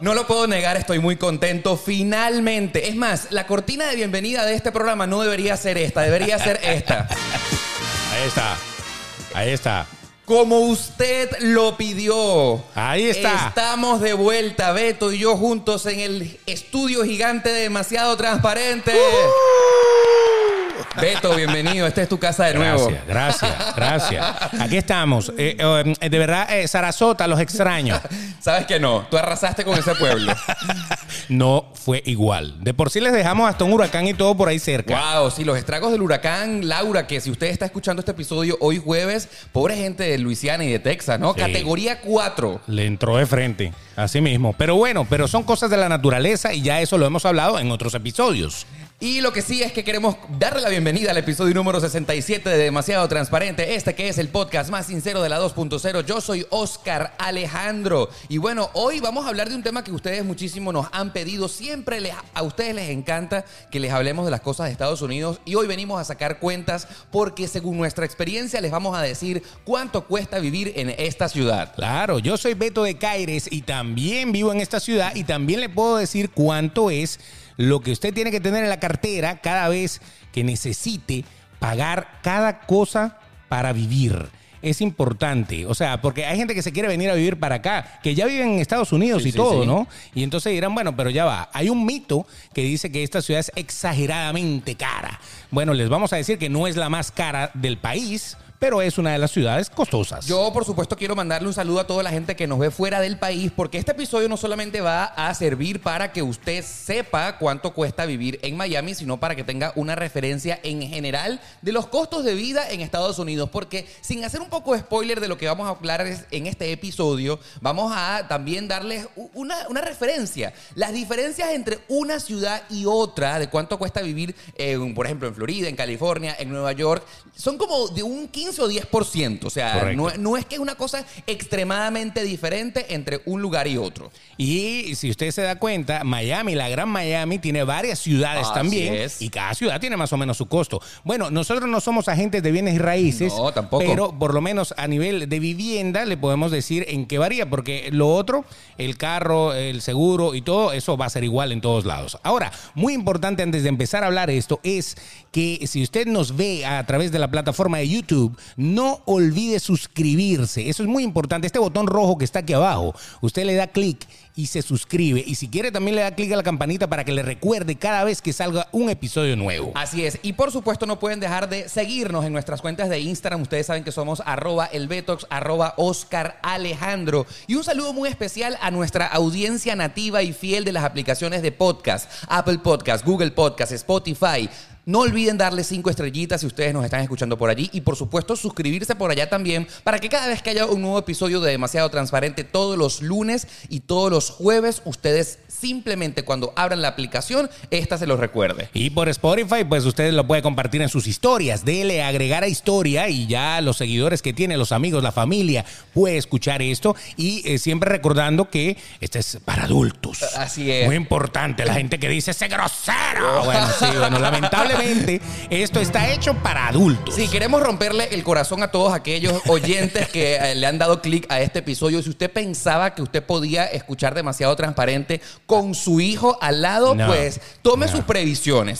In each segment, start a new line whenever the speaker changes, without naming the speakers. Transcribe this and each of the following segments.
no lo puedo negar, estoy muy contento. Finalmente. Es más, la cortina de bienvenida de este programa no debería ser esta, debería ser esta.
Ahí está.
Como usted lo pidió.
Ahí está.
Estamos de vuelta, Beto y yo juntos en el estudio gigante de Demasiado Transparente. Beto, bienvenido. Esta es tu casa de nuevo.
Gracias. Aquí estamos. De verdad, Sarasota, los extraño.
¿Sabes que no? Tú arrasaste con ese pueblo.
No fue igual. De por sí les dejamos hasta un huracán y todo por ahí cerca.
Wow, sí, los estragos del huracán Laura, que si usted está escuchando este episodio hoy jueves, pobre gente de Luisiana y de Texas, ¿no? Sí. Categoría 4.
Le entró de frente, así mismo. Pero bueno, son cosas de la naturaleza y ya eso lo hemos hablado en otros episodios.
Y lo que sí es que queremos darle la bienvenida al episodio número 67 de Demasiado Transparente, este que es el podcast más sincero de la 2.0. Yo soy Oscar Alejandro. Y bueno, hoy vamos a hablar de un tema que ustedes muchísimo nos han pedido. Siempre a ustedes les encanta que les hablemos de las cosas de Estados Unidos. Y hoy venimos a sacar cuentas porque según nuestra experiencia les vamos a decir cuánto cuesta vivir en esta ciudad.
Claro, yo soy Beto de Caires y también vivo en esta ciudad y también le puedo decir cuánto es lo que usted tiene que tener en la cartera cada vez que necesite pagar cada cosa para vivir. Es importante, o sea, porque hay gente que se quiere venir a vivir para acá, que ya viven en Estados Unidos y todo, sí. ¿No? Y entonces dirán, bueno, pero ya va. Hay un mito que dice que esta ciudad es exageradamente cara. Bueno, les vamos a decir que no es la más cara del país, pero es una de las ciudades costosas.
Yo, por supuesto, quiero mandarle un saludo a toda la gente que nos ve fuera del país, porque este episodio no solamente va a servir para que usted sepa cuánto cuesta vivir en Miami, sino para que tenga una referencia en general de los costos de vida en Estados Unidos. Porque sin hacer un poco de spoiler de lo que vamos a hablar en este episodio, vamos a también darles una referencia. Las diferencias entre una ciudad y otra, de cuánto cuesta vivir, por ejemplo, en Florida, en California, en Nueva York, son como de un 15 o 10%. O sea, no es que es una cosa extremadamente diferente entre un lugar y otro.
Y si usted se da cuenta, Miami, la gran Miami, tiene varias ciudades también. Y cada ciudad tiene más o menos su costo. Bueno, nosotros no somos agentes de bienes y raíces.
No, tampoco.
Pero por lo menos a nivel de vivienda le podemos decir en qué varía. Porque lo otro, el carro, el seguro y todo, eso va a ser igual en todos lados. Ahora, muy importante antes de empezar a hablar esto es que si usted nos ve a través de la plataforma de YouTube, no olvide suscribirse. Eso es muy importante. Este botón rojo que está aquí abajo, usted le da clic y se suscribe. Y si quiere también le da clic a la campanita para que le recuerde cada vez que salga un episodio nuevo.
Así es. Y por supuesto no pueden dejar de seguirnos en nuestras cuentas de Instagram. Ustedes saben que somos @elbetox, @Oscar Alejandro. Y un saludo muy especial a nuestra audiencia nativa y fiel de las aplicaciones de podcast. Apple Podcast, Google Podcast, Spotify. No olviden darle 5 estrellitas si ustedes nos están escuchando por allí y por supuesto suscribirse por allá también para que cada vez que haya un nuevo episodio de Demasiado Transparente todos los lunes y todos los jueves, ustedes simplemente cuando abran la aplicación, esta se los recuerde.
Y por Spotify, pues ustedes lo pueden compartir en sus historias. Dele agregar a historia y ya los seguidores que tiene, los amigos, la familia, puede escuchar esto y siempre recordando que este es para adultos.
Así es.
Muy importante, la gente que dice ¡ese grosero! Bueno, lamentablemente esto está hecho para adultos.
Sí, queremos romperle el corazón a todos aquellos oyentes que le han dado clic a este episodio. Si usted pensaba que usted podía escuchar Demasiado Transparente con su hijo al lado, pues tome sus previsiones.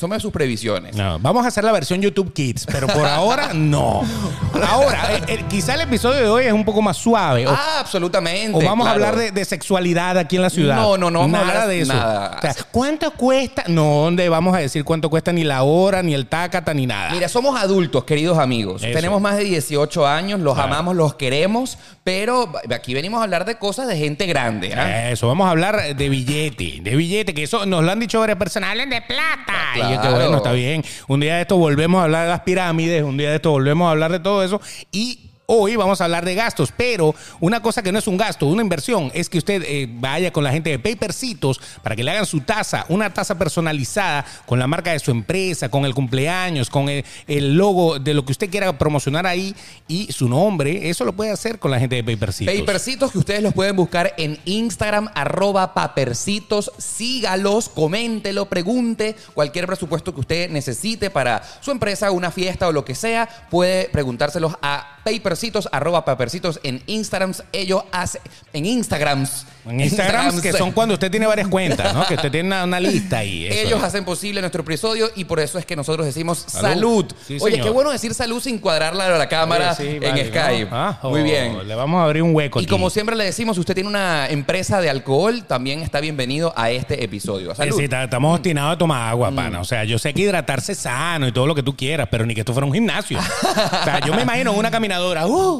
No, vamos a hacer la versión YouTube Kids, pero por ahora no. Ahora, quizá el episodio de hoy es un poco más suave.
Absolutamente.
O vamos a hablar de sexualidad aquí en la ciudad.
No vamos
nada
a hablar
de eso.
Nada.
O sea, ¿cuánto cuesta? No, ¿dónde vamos a decir cuánto cuesta ni la hora, ni el tácata, ni nada?
Mira, somos adultos, queridos amigos.
Eso.
Tenemos más de 18 años, los amamos, los queremos, pero aquí venimos a hablar de cosas de gente grande.
Eso, vamos a hablar de billete, que eso nos lo han dicho varias personas, hablen de plata.
Claro.
Y yo que bueno, está bien. Un día de esto volvemos a hablar de las pirámides, un día de esto volvemos a hablar de todo eso y hoy vamos a hablar de gastos, pero una cosa que no es un gasto, una inversión, es que usted vaya con la gente de Papercitos para que le hagan su taza, una taza personalizada con la marca de su empresa, con el cumpleaños, con el logo de lo que usted quiera promocionar ahí y su nombre. Eso lo puede hacer con la gente de Papercitos.
Papercitos, que ustedes los pueden buscar en Instagram, @Papercitos. Sígalos, coméntelo, pregunte. Cualquier presupuesto que usted necesite para su empresa, una fiesta o lo que sea, puede preguntárselos a Papercitos, @Papercitos en Instagrams.
En Instagram, que son cuando usted tiene varias cuentas, ¿no? Que usted tiene una lista ahí.
Ellos hacen posible nuestro episodio y por eso es que nosotros decimos salud.
Sí,
oye,
señor.
qué bueno decir salud sin cuadrarla a la cámara
vale,
Skype.
¿no?
Muy bien.
Le vamos a abrir un hueco
Y
aquí.
como siempre le decimos, si usted tiene una empresa de alcohol, también está bienvenido a este episodio. Salud.
Sí, estamos obstinados a tomar agua, pana. O sea, yo sé que hidratarse sano y todo lo que tú quieras, pero ni que esto fuera un gimnasio. O sea, yo me imagino una caminadora,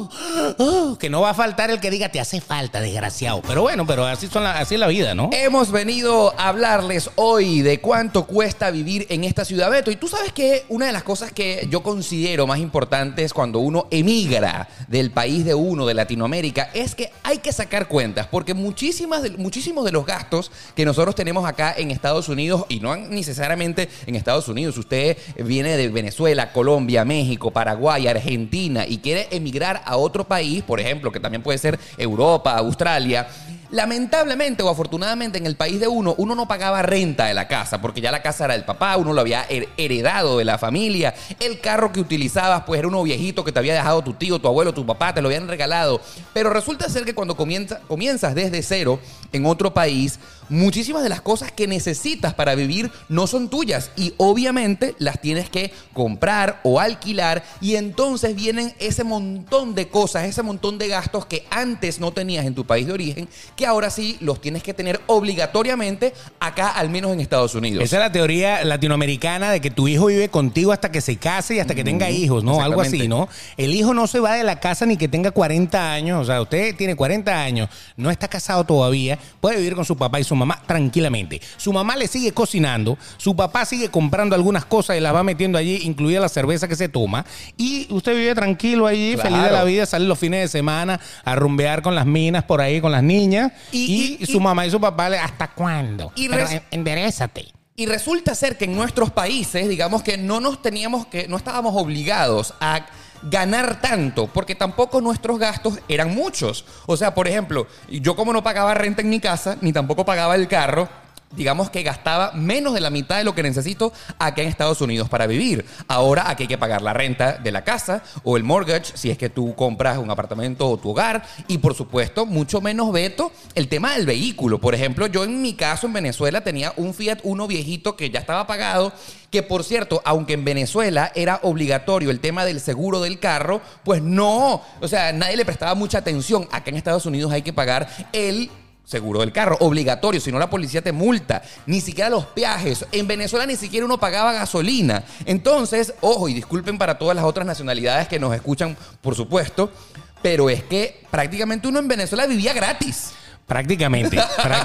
que no va a faltar el que diga, te hace falta, desgraciado. Pero bueno, pero así es la vida, ¿no?
Hemos venido a hablarles hoy de cuánto cuesta vivir en esta ciudad, Beto. Y tú sabes que una de las cosas que yo considero más importantes cuando uno emigra del país de uno, de Latinoamérica, es que hay que sacar cuentas. Porque muchísimos de los gastos que nosotros tenemos acá en Estados Unidos, y no necesariamente en Estados Unidos, usted viene de Venezuela, Colombia, México, Paraguay, Argentina y quiere emigrar a otro país, por ejemplo, que también puede ser Europa, Australia. Lamentablemente o afortunadamente en el país de uno no pagaba renta de la casa porque ya la casa era del papá, uno lo había heredado de la familia. El carro que utilizabas pues era uno viejito que te había dejado tu tío, tu abuelo, tu papá, te lo habían regalado. Pero resulta ser que cuando comienzas desde cero en otro país, muchísimas de las cosas que necesitas para vivir no son tuyas y obviamente las tienes que comprar o alquilar y entonces vienen ese montón de cosas, ese montón de gastos que antes no tenías en tu país de origen, que ahora sí los tienes que tener obligatoriamente acá, al menos en Estados Unidos.
Esa es la teoría latinoamericana de que tu hijo vive contigo hasta que se case y hasta que tenga hijos, ¿no? Algo así, ¿no? El hijo no se va de la casa ni que tenga 40 años. O sea, usted tiene 40 años, no está casado todavía, puede vivir con su papá y su mamá tranquilamente. Su mamá le sigue cocinando, su papá sigue comprando algunas cosas y las va metiendo allí, incluida la cerveza que se toma, y usted vive tranquilo allí,
Claro.
feliz de la vida, sale los fines de semana a rumbear con las minas por ahí, con las niñas, y su mamá y su papá, ¿hasta cuándo? Pero enderézate.
Y resulta ser que en nuestros países, digamos que no estábamos obligados a ganar tanto, porque tampoco nuestros gastos eran muchos. O sea, por ejemplo, yo como no pagaba renta en mi casa, ni tampoco pagaba el carro, digamos que gastaba menos de la mitad de lo que necesito acá en Estados Unidos para vivir. Ahora aquí hay que pagar la renta de la casa o el mortgage si es que tú compras un apartamento o tu hogar y por supuesto mucho menos, Beto, el tema del vehículo. Por ejemplo, yo en mi caso en Venezuela tenía un Fiat Uno viejito que ya estaba pagado, que por cierto, aunque en Venezuela era obligatorio el tema del seguro del carro, pues no, o sea, nadie le prestaba mucha atención. Acá en Estados Unidos hay que pagar el seguro del carro, obligatorio, si no la policía te multa. Ni siquiera los peajes. En Venezuela ni siquiera uno pagaba gasolina. Entonces, ojo, y disculpen para todas las otras nacionalidades que nos escuchan, por supuesto, pero es que prácticamente uno en Venezuela vivía gratis.
Prácticamente.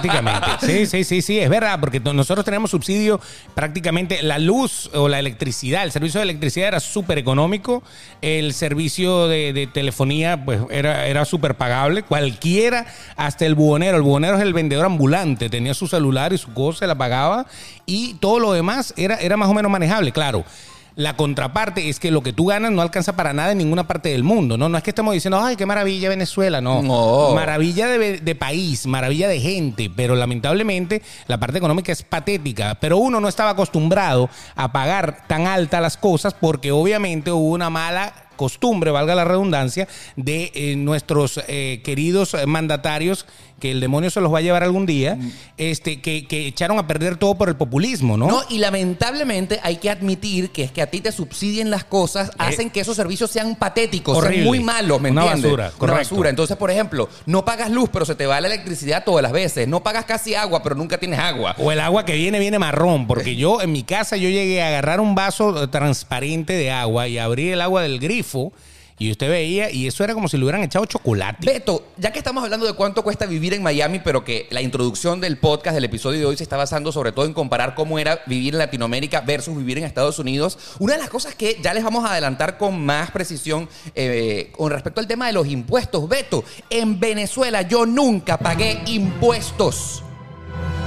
Sí, es verdad, porque nosotros tenemos subsidio prácticamente. La luz o la electricidad, el servicio de electricidad era súper económico, el servicio de telefonía pues era súper pagable, cualquiera, hasta el buhonero es el vendedor ambulante, tenía su celular y su cosa, se la pagaba, y todo lo demás era más o menos manejable, claro. La contraparte es que lo que tú ganas no alcanza para nada en ninguna parte del mundo, ¿no? No es que estemos diciendo, ay, qué maravilla Venezuela, no. Maravilla de país, maravilla de gente, pero lamentablemente la parte económica es patética. Pero uno no estaba acostumbrado a pagar tan alta las cosas porque obviamente hubo una mala costumbre, valga la redundancia, de nuestros queridos mandatarios, que el demonio se los va a llevar algún día, que echaron a perder todo por el populismo, ¿no?
No, y lamentablemente hay que admitir que es que a ti te subsidien las cosas, hacen que esos servicios sean patéticos,
horrible,
sean muy malos, ¿me entiendes?
Basura,
una basura. Entonces, por ejemplo, no pagas luz, pero se te va la electricidad todas las veces. No pagas casi agua, pero nunca tienes agua.
O el agua que viene marrón, porque yo en mi casa yo llegué a agarrar un vaso transparente de agua y abrir el agua del grifo y usted veía, y eso era como si le hubieran echado chocolate.
Beto, ya que estamos hablando de cuánto cuesta vivir en Miami, pero que la introducción del podcast, del episodio de hoy, se está basando sobre todo en comparar cómo era vivir en Latinoamérica versus vivir en Estados Unidos, una de las cosas que ya les vamos a adelantar con más precisión con respecto al tema de los impuestos. Beto, en Venezuela yo nunca pagué impuestos.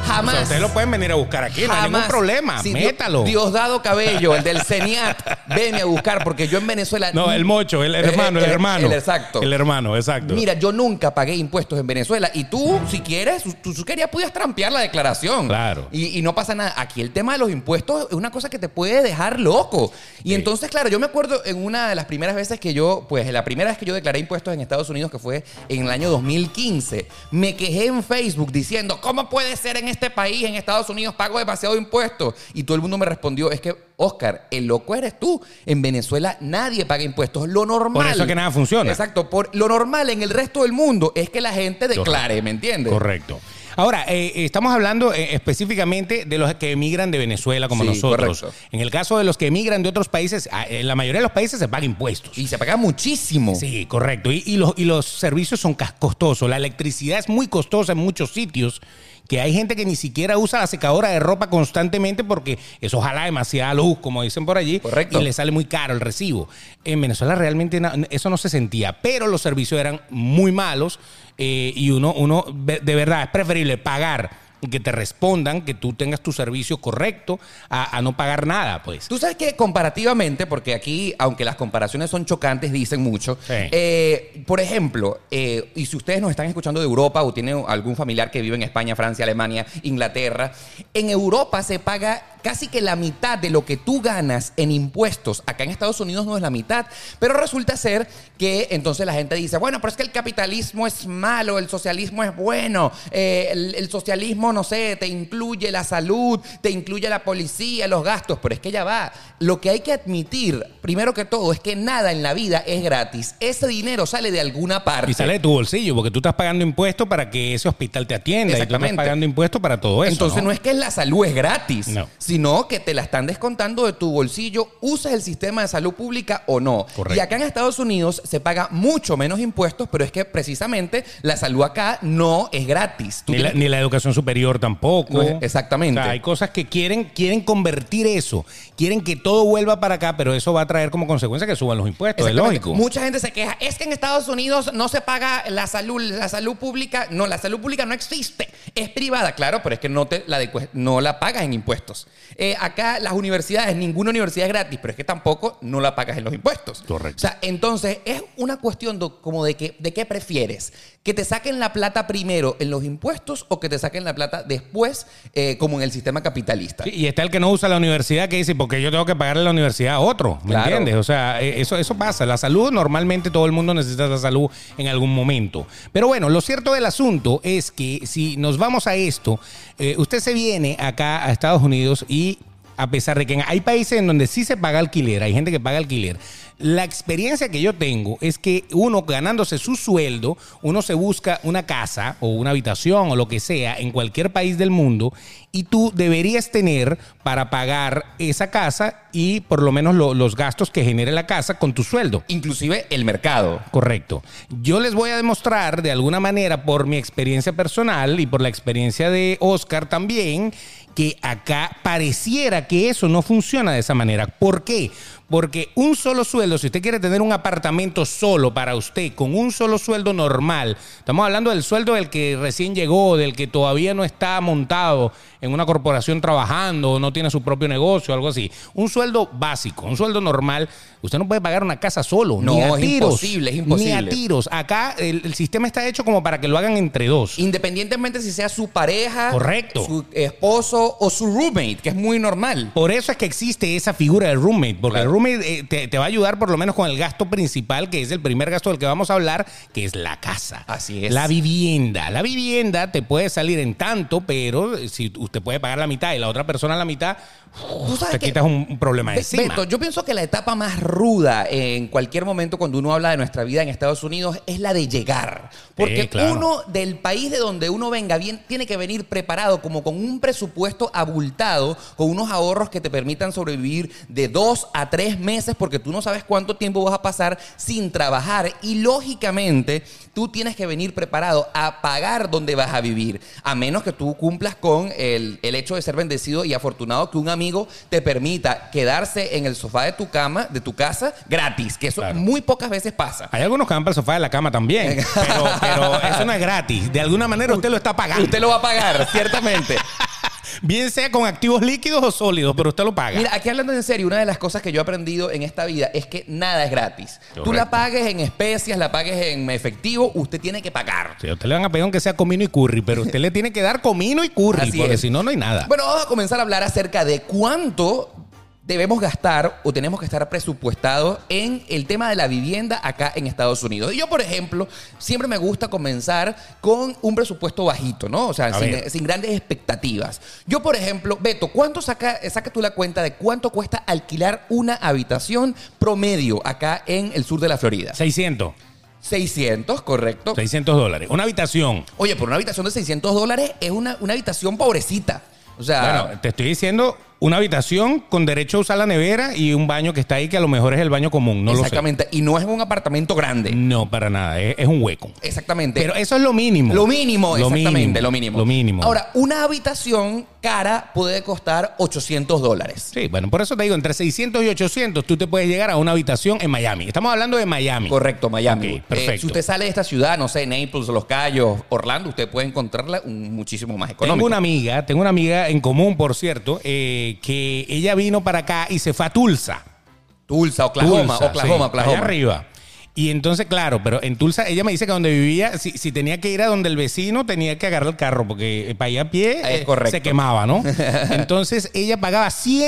Jamás.
O sea, ustedes lo pueden venir a buscar aquí, no hay ningún problema.
Sí,
métalo.
Diosdado Cabello, el del CENIAT, venme a buscar, porque yo en Venezuela...
No, el mocho, el hermano.
Exacto.
El hermano, exacto.
Mira, yo nunca pagué impuestos en Venezuela y tú, si quieres, tú querías, podías trampear la declaración.
Claro.
Y no pasa nada. Aquí el tema de los impuestos es una cosa que te puede dejar loco. Y
Sí.
entonces, claro, yo me acuerdo en una de las primeras veces que yo, pues la primera vez que yo declaré impuestos en Estados Unidos, que fue en el año 2015, me quejé en Facebook diciendo, ¿cómo puede ser en este país, en Estados Unidos, pago demasiado impuestos? Y todo el mundo me respondió, es que, Oscar, el loco eres tú. En Venezuela nadie paga impuestos. Lo normal...
Por eso es que nada funciona.
Exacto. Lo normal en el resto del mundo es que la gente declare, ¿me entiendes?
Correcto. Ahora, estamos hablando específicamente de los que emigran de Venezuela como
Sí,
nosotros.
correcto.
En el caso de los que emigran de otros países, en la mayoría de los países se paga impuestos.
Y se paga muchísimo.
Sí, correcto. Y los servicios son costosos. La electricidad es muy costosa en muchos sitios, que hay gente que ni siquiera usa la secadora de ropa constantemente porque eso jala demasiada luz, como dicen por allí.
Correcto.
Y le sale muy caro el recibo. En Venezuela realmente eso no se sentía, pero los servicios eran muy malos y uno de verdad es preferible pagar y que te respondan, que tú tengas tu servicio correcto, a no pagar nada, pues.
Tú sabes que comparativamente, porque aquí, aunque las comparaciones son chocantes, dicen mucho.
Sí.
Por ejemplo, y si ustedes nos están escuchando de Europa o tienen algún familiar que vive en España, Francia, Alemania, Inglaterra, en Europa se paga casi que la mitad de lo que tú ganas en impuestos. Acá en Estados Unidos no es la mitad, pero resulta ser que entonces la gente dice, bueno, pero es que el capitalismo es malo, el socialismo es bueno, el socialismo, no sé, te incluye la salud, te incluye la policía, los gastos, pero es que ya va. Lo que hay que admitir, primero que todo, es que nada en la vida es gratis. Ese dinero sale de alguna parte.
Y sale de tu bolsillo, porque tú estás pagando impuestos para que ese hospital te atienda. Y tú estás
Exactamente.
pagando impuestos para todo eso.
Entonces no es que la salud es gratis,
No.
sino que te la están descontando de tu bolsillo, usas el sistema de salud pública o no.
Correcto.
Y acá en Estados Unidos se paga mucho menos impuestos, pero es que precisamente la salud acá no es gratis. Tú tienes-
Ni la educación superior tampoco.
No es- exactamente.
O sea, hay cosas que quieren convertir eso. Quieren que todo vuelva para acá, pero eso va a traer como consecuencia que suban los impuestos. Es
Exactamente.
lógico.
Mucha gente se queja, es que en Estados Unidos no se paga la salud pública. No, la salud pública no existe, es privada, claro, pero es que no la pagas en impuestos. Acá las universidades, ninguna universidad es gratis, pero es que tampoco no la pagas en los impuestos.
Correcto.
O sea, entonces es una cuestión como de qué prefieres, que te saquen la plata primero en los impuestos o que te saquen la plata después, como en el sistema capitalista.
Sí, y está el que no usa la universidad que dice, porque yo tengo que pagarle la universidad a otro, ¿me
Claro.
entiendes? O sea, eso pasa. La salud, normalmente todo el mundo necesita la salud en algún momento. Pero bueno, lo cierto del asunto es que si nos vamos a esto, usted se viene acá a Estados Unidos y a pesar de que hay países en donde sí se paga alquiler, hay gente que paga alquiler, la experiencia que yo tengo es que uno ganándose su sueldo, uno se busca una casa o una habitación o lo que sea en cualquier país del mundo y tú deberías tener para pagar esa casa y por lo menos los gastos que genere la casa con tu sueldo.
Inclusive el mercado.
Correcto. Yo les voy a demostrar de alguna manera por mi experiencia personal y por la experiencia de Oscar también que acá pareciera que eso no funciona de esa manera. ¿Por qué? Porque un solo sueldo, si usted quiere tener un apartamento solo para usted, con un solo sueldo normal, estamos hablando del sueldo del que recién llegó, del que todavía no está montado en una corporación trabajando o no tiene su propio negocio o algo así. Un sueldo básico, un sueldo normal, usted no puede pagar una casa solo.
No,
ni a
es
tiros,
imposible, es imposible.
Ni a tiros. Acá el sistema está hecho como para que lo hagan entre dos.
Independientemente si sea su pareja,
Correcto.
su esposo o su roommate, que es muy normal.
Por eso es que existe esa figura del roommate, porque
Claro.
el roommate te va a ayudar por lo menos con el gasto principal, que es el primer gasto del que vamos a hablar, que es la casa.
Así es.
La vivienda. La vivienda te puede salir en tanto, pero si usted puede pagar la mitad y la otra persona la mitad,
Tú sabes
te
que-
quitas un problema de encima.
Beto, yo pienso que la etapa más ruda en cualquier momento cuando uno habla de nuestra vida en Estados Unidos es la de llegar. Porque
claro.
uno del país de donde uno venga tiene que venir preparado como con un presupuesto abultado, con unos ahorros que te permitan sobrevivir de 2 a 3 meses porque tú no sabes cuánto tiempo vas a pasar sin trabajar y lógicamente tú tienes que venir preparado a pagar donde vas a vivir, a menos que tú cumplas con el hecho de ser bendecido y afortunado que un amigo te permita quedarse en el sofá de tu cama, de tu casa, gratis, que eso muy pocas veces pasa.
Hay algunos que van para el sofá de la cama también, pero eso no es gratis. De alguna manera usted lo está pagando.
Usted lo va a pagar, ciertamente.
Bien sea con activos líquidos o sólidos, pero usted lo paga.
Mira, aquí hablando en serio, una de las cosas que yo he aprendido en esta vida es que nada es gratis.
Correcto.
Tú la pagues en especias, la pagues en efectivo, usted tiene que pagar.
Sí, a usted le van a pedir aunque sea comino y curry, pero usted le tiene que dar comino y curry,
Así
porque
es.
si no, no hay nada.
Bueno, vamos a comenzar a hablar acerca de cuánto debemos gastar o tenemos que estar presupuestados en el tema de la vivienda acá en Estados Unidos. Y yo, por ejemplo, siempre me gusta comenzar con un presupuesto bajito, ¿no? O sea, sin grandes expectativas. Yo, por ejemplo, Beto, ¿cuánto saca tú la cuenta de cuánto cuesta alquilar una habitación promedio acá en el sur de la Florida?
600.
600, correcto.
$600. Una habitación.
Oye, por una habitación de $600 es una habitación pobrecita. O sea,
Bueno, te estoy diciendo una habitación con derecho a usar la nevera y un baño que está ahí que a lo mejor es el baño común. No
exactamente. Y no es un apartamento grande.
lo sé. No, para nada. Es un hueco.
Exactamente.
Pero eso es lo mínimo.
Lo mínimo, exactamente, lo mínimo.
Lo mínimo.
Ahora, una habitación cara puede costar $800.
Sí, bueno, por eso te digo, entre 600 y 800 tú te puedes llegar a una habitación en Miami. Estamos hablando de Miami.
Correcto, Miami.
Ok, perfecto.
Si usted sale de esta ciudad, no sé, Naples, Los Cayos, Orlando, usted puede encontrarla muchísimo más económico.
Tengo una amiga en común, por cierto, que ella vino para acá y se fue a Tulsa.
Tulsa, Oklahoma.
Sí,
Oklahoma.
allá arriba. Y entonces, claro, pero en Tulsa ella me dice que donde vivía, si tenía que ir a donde el vecino, tenía que agarrar el carro, porque para ir a pie se quemaba, ¿no? Entonces ella pagaba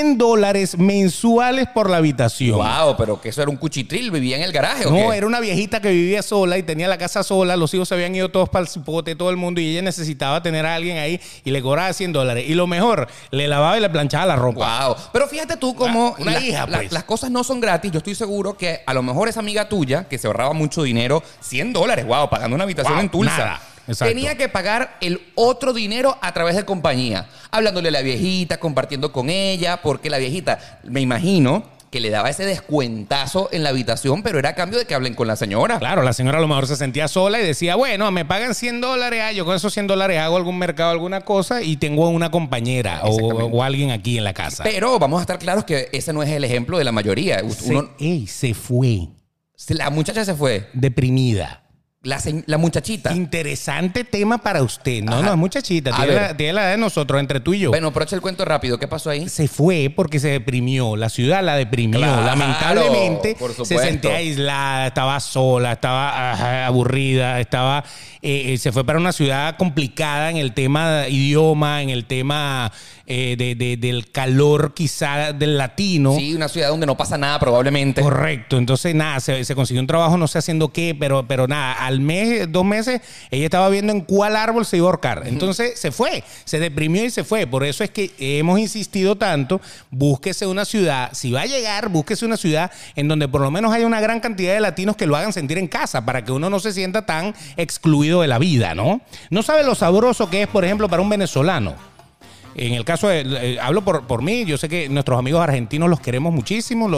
$100 mensuales por la habitación.
Wow, pero que eso era un cuchitril, vivía en el garaje, ¿o
No,
qué?
era una viejita que vivía sola y tenía la casa sola, los hijos se habían ido todos para el cipote, todo el mundo, y ella necesitaba tener a alguien ahí y le cobraba $100. Y lo mejor, le lavaba y le planchaba la ropa.
Wow. Pero fíjate tú como
Una hija, pues.
las cosas no son gratis. Yo estoy seguro que a lo mejor esa amiga tuya, que se ahorraba mucho dinero, $100, wow, pagando una habitación
Wow,
en Tulsa.
nada. Exacto.
Tenía que pagar el otro dinero a través de compañía, hablándole a la viejita, compartiendo con ella, porque la viejita, me imagino que le daba ese descuentazo en la habitación, pero era a cambio de que hablen con la señora.
Claro, la señora a lo mejor se sentía sola y decía, bueno, me pagan $100, yo con esos $100 hago algún mercado, alguna cosa y tengo una compañera o alguien aquí en la casa.
Pero vamos a estar claros que ese no es el ejemplo de la mayoría.
Se fue.
La muchacha se fue.
Deprimida.
La muchachita.
Interesante tema para usted. No,
Ajá.
no es muchachita. Tiene la edad de nosotros, entre tú y yo.
Bueno, pero echa el cuento rápido. ¿Qué pasó ahí?
Se fue porque se deprimió. La ciudad la deprimió.
Claro,
Lamentablemente
por
se
supuesto.
sentía aislada, estaba sola, estaba aburrida, se fue para una ciudad complicada en el tema idioma, en el tema del calor quizá del latino.
Sí, una ciudad donde no pasa nada probablemente.
Correcto. Entonces, nada, se consiguió un trabajo, no sé haciendo qué, pero nada, al mes, 2 meses, ella estaba viendo en cuál árbol se iba a ahorcar. Entonces, se fue, se deprimió y se fue. Por eso es que hemos insistido tanto, búsquese una ciudad, si va a llegar, búsquese una ciudad en donde por lo menos haya una gran cantidad de latinos que lo hagan sentir en casa, para que uno no se sienta tan excluido de la vida, ¿no? No sabe lo sabroso que es, por ejemplo, para un venezolano. En el caso de, hablo por mí, yo sé que nuestros amigos argentinos los queremos muchísimo,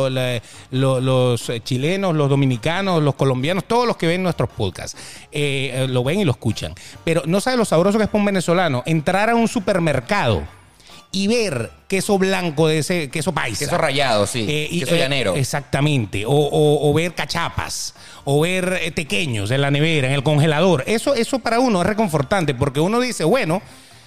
los chilenos, los dominicanos, los colombianos, todos los que ven nuestros podcasts, lo ven y lo escuchan. Pero no sabe lo sabroso que es para un venezolano entrar a un supermercado y ver queso blanco de ese queso paisa.
Queso rallado, sí. Queso llanero.
Exactamente. O ver cachapas. O ver tequeños en la nevera, en el congelador. Eso para uno es reconfortante porque uno dice, bueno,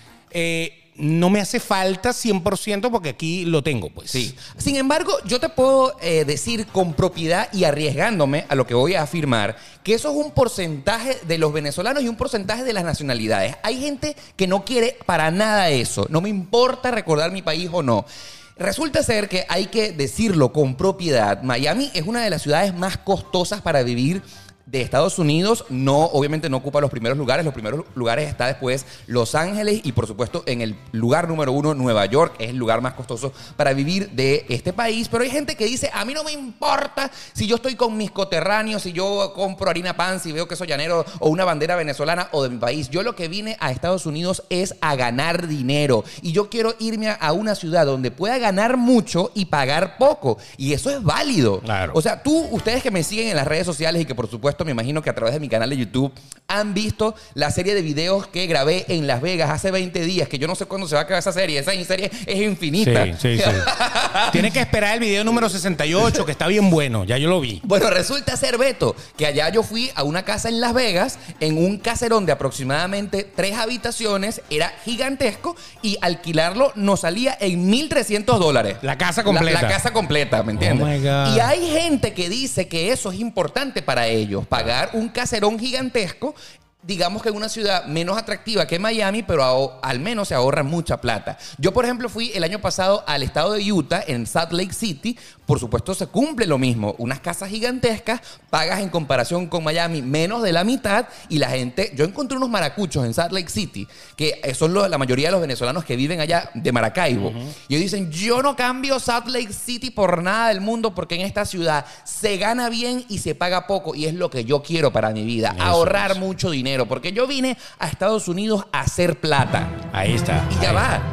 no me hace falta 100% porque aquí lo tengo, pues.
Sí. Sin embargo, yo te puedo decir con propiedad y arriesgándome a lo que voy a afirmar, que eso es un porcentaje de los venezolanos y un porcentaje de las nacionalidades. Hay gente que no quiere para nada eso. No me importa recordar mi país o no. Resulta ser que hay que decirlo con propiedad. Miami es una de las ciudades más costosas para vivir de Estados Unidos. No, obviamente no ocupa los primeros lugares. Los primeros lugares está después Los Ángeles y por supuesto en el lugar número 1 Nueva York. Es el lugar más costoso para vivir de este país. Pero hay gente que dice, a mí no me importa si yo estoy con mis coterráneos, si yo compro harina pan, si veo queso llanero o una bandera venezolana o de mi país. Yo lo que vine a Estados Unidos es a ganar dinero y yo quiero irme a una ciudad donde pueda ganar mucho y pagar poco. Y eso es válido.
Claro.
O sea, ustedes que me siguen en las redes sociales y que por supuesto supuesto, me imagino que a través de mi canal de YouTube han visto la serie de videos que grabé en Las Vegas hace 20 días, que yo no sé cuándo se va a acabar esa serie. Esa serie es infinita.
Sí. Tienes que esperar el video número 68, que está bien bueno. Ya yo lo vi.
Bueno, resulta ser, Beto, que allá yo fui a una casa en Las Vegas, en un caserón de aproximadamente 3 habitaciones, era gigantesco, y alquilarlo nos salía en $1,300.
La casa completa.
La casa completa, ¿me entiendes?
Oh my God.
Y hay gente que dice que eso es importante para ellos, pagar un caserón gigantesco, digamos que en una ciudad menos atractiva que Miami, pero al menos se ahorra mucha plata. Yo, por ejemplo, fui el año pasado al estado de Utah, en Salt Lake City. Por supuesto, se cumple lo mismo. Unas casas gigantescas, pagas en comparación con Miami menos de la mitad, y la gente... Yo encontré unos maracuchos en Salt Lake City, que son la mayoría de los venezolanos que viven allá de Maracaibo. Y ellos dicen, yo no cambio Salt Lake City por nada del mundo, porque en esta ciudad se gana bien y se paga poco, y es lo que yo quiero para mi vida.
Eso
Ahorrar
es.
mucho dinero. Porque yo vine a Estados Unidos a hacer plata.
Ahí está.
Y ya va.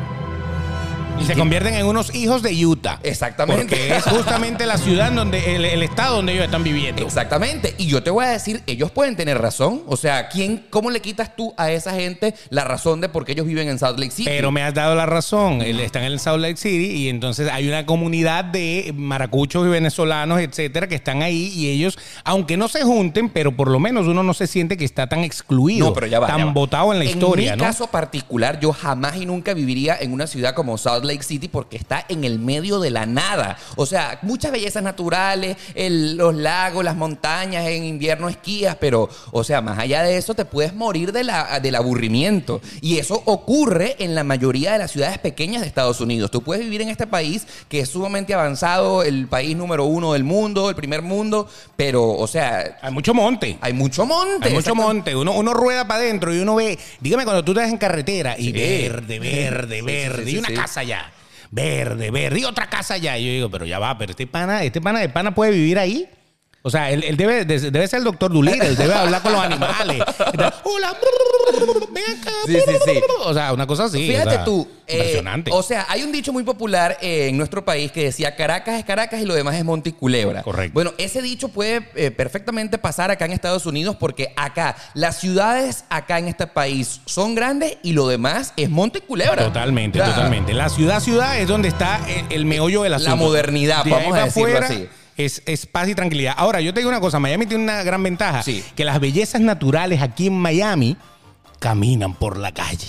Y se convierten en unos hijos de Utah.
Exactamente.
Porque es justamente la ciudad donde el estado donde ellos están viviendo.
Exactamente. Y yo te voy a decir, ellos pueden tener razón. O sea, ¿cómo le quitas tú a esa gente la razón de por qué ellos viven en Salt Lake City?
Pero me has dado la razón. Están en el Salt Lake City y entonces hay una comunidad de maracuchos y venezolanos, etcétera, que están ahí, y ellos, aunque no se junten, pero por lo menos uno no se siente que está tan excluido,
No, pero ya va,
tan botado en la historia,
En
¿no?
mi caso particular, yo jamás y nunca viviría en una ciudad como Salt Lake City, porque está en el medio de la nada. O sea, muchas bellezas naturales, los lagos, las montañas, en invierno esquías, pero, o sea, más allá de eso, te puedes morir del aburrimiento. Y eso ocurre en la mayoría de las ciudades pequeñas de Estados Unidos. Tú puedes vivir en este país que es sumamente avanzado, el país número 1 del mundo, el primer mundo, pero, o sea...
Hay mucho monte.
Hay mucho monte.
Hay mucho monte. Uno rueda para adentro y uno ve. Dígame cuando tú estás en carretera y
Sí.
verde.
Sí,
Y una casa allá. Verde. Y otra casa allá. Y yo digo, pero ya va, pero este pana de pana puede vivir ahí. O sea, él debe ser el doctor Dolittle. Él debe hablar con los animales. Hola, ven acá.
Sí.
O sea, una cosa así.
Fíjate
o sea,
tú.
Impresionante.
O sea, hay un dicho muy popular en nuestro país que decía Caracas es Caracas y lo demás es Monte y Culebra.
Correcto.
Bueno, ese dicho puede perfectamente pasar acá en Estados Unidos, porque acá, las ciudades acá en este país son grandes y lo demás es Monte y Culebra.
Totalmente. La ciudad es donde está el meollo del asunto.
La modernidad,
De ahí
vamos a
para
decirlo
afuera,
así.
Es paz y tranquilidad. Ahora, yo te digo una cosa. Miami tiene una gran ventaja.
Sí.
Que las bellezas naturales aquí en Miami caminan por la calle.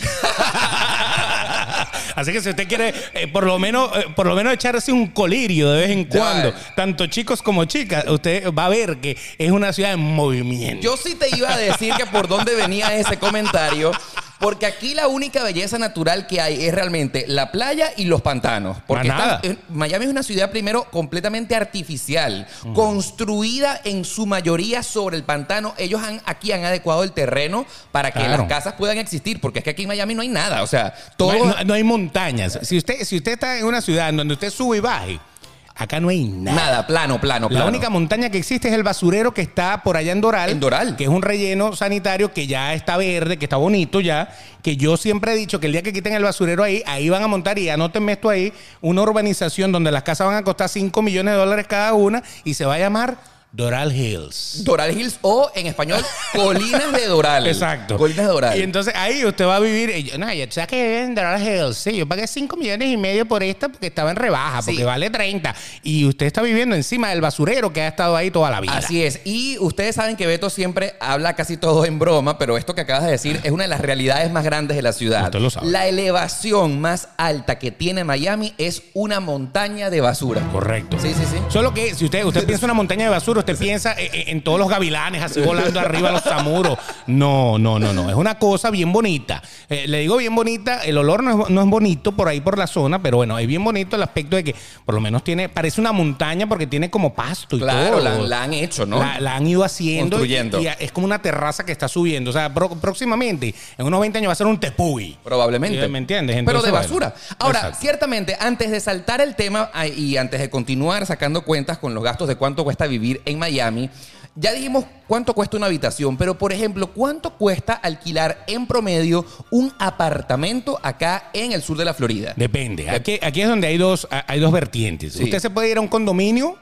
Así que si usted quiere por lo menos echarse un colirio de vez en cuando, tanto chicos como chicas, usted va a ver que es una ciudad en movimiento.
Yo sí te iba a decir que por dónde venía ese comentario, porque aquí la única belleza natural que hay es realmente la playa y los pantanos. Porque Miami es una ciudad, primero, completamente artificial, construida en su mayoría sobre el pantano. Ellos aquí han adecuado el terreno para que las casas puedan existir, porque es que aquí en Miami no hay nada. O sea, todo...
No hay montañas. Si usted está en una ciudad en donde usted sube y baje, acá no hay nada.
Plano.
La única montaña que existe es el basurero que está por allá en Doral.
En Doral.
Que es un relleno sanitario que ya está verde, que está bonito ya. Que yo siempre he dicho que el día que quiten el basurero ahí van a montar, y anótenme esto ahí, una urbanización donde las casas van a costar $5 millones cada una y se va a llamar Doral Hills.
Doral Hills, o en español, Colinas de Doral.
Exacto.
Colinas de Doral.
Y entonces ahí usted va a vivir. Yo sabes que vive en Doral Hills. Sí, yo pagué $5 millones y medio por esta porque estaba en rebaja, porque vale 30. Y usted está viviendo encima del basurero que ha estado ahí toda la vida.
Así es. Y ustedes saben que Beto siempre habla casi todo en broma, pero esto que acabas de decir es una de las realidades más grandes de la ciudad.
Usted lo sabe.
La elevación más alta que tiene Miami es una montaña de basura.
Correcto.
Sí.
Solo que si usted piensa una montaña de basura, usted piensa en todos los gavilanes así volando arriba los zamuros. No. Es una cosa bien bonita. Le digo bien bonita. El olor no es bonito por ahí por la zona, pero bueno, es bien bonito el aspecto de que por lo menos parece una montaña porque tiene como pasto y
claro,
todo.
la han hecho, ¿no?
La han ido haciendo.
Construyendo.
Y es como una terraza que está subiendo. O sea, próximamente, en unos 20 años va a ser un tepuy.
Probablemente.
¿Me entiendes?
Pero
Entonces,
de basura. Ahora,
exacto.
ciertamente, antes de saltar el tema y antes de continuar sacando cuentas con los gastos de cuánto cuesta vivir en Miami, ya dijimos cuánto cuesta una habitación, pero por ejemplo, ¿cuánto cuesta alquilar en promedio un apartamento acá en el sur de la Florida?
Depende. Aquí es donde hay dos vertientes.
Sí.
Usted se puede ir a un condominio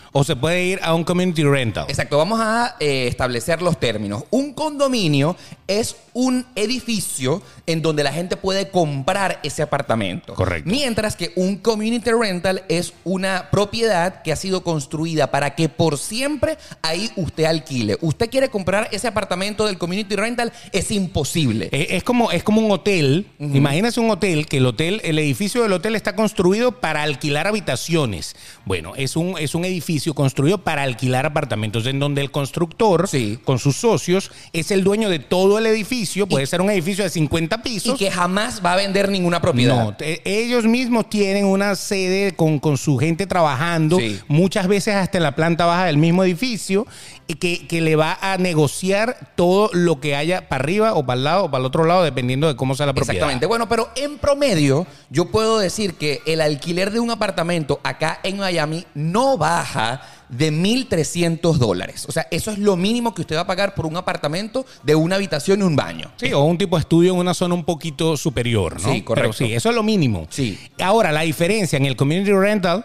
o se puede ir a un community rental.
Exacto, vamos a establecer los términos. Un condominio es un edificio en donde la gente puede comprar ese apartamento.
Correcto.
Mientras que un community rental es una propiedad que ha sido construida para que por siempre ahí usted alquile. Usted quiere comprar ese apartamento del community rental, es imposible.
Es como un hotel. Imagínese un hotel, que el edificio del hotel está construido para alquilar habitaciones. Bueno, es un edificio construido para alquilar apartamentos, en donde el constructor,
sí, con
sus socios, es el dueño de todo el edificio. Puede ser un edificio de 50 pisos.
Y que jamás va a vender ninguna propiedad.
No, ellos mismos tienen una sede con su gente trabajando,
sí,
muchas veces hasta en la planta baja del mismo edificio, y que le va a negociar todo lo que haya para arriba o para el lado o para el otro lado, dependiendo de cómo sea la propiedad.
Exactamente. Bueno, pero en promedio, yo puedo decir que el alquiler de un apartamento acá en Miami no baja de $1,300. O sea, eso es lo mínimo que usted va a pagar por un apartamento de una habitación y un baño.
Sí, o un tipo de estudio en una zona un poquito superior, ¿no?
Sí, correcto.
Pero sí, eso es lo mínimo.
Sí.
Ahora, la diferencia en el community rental,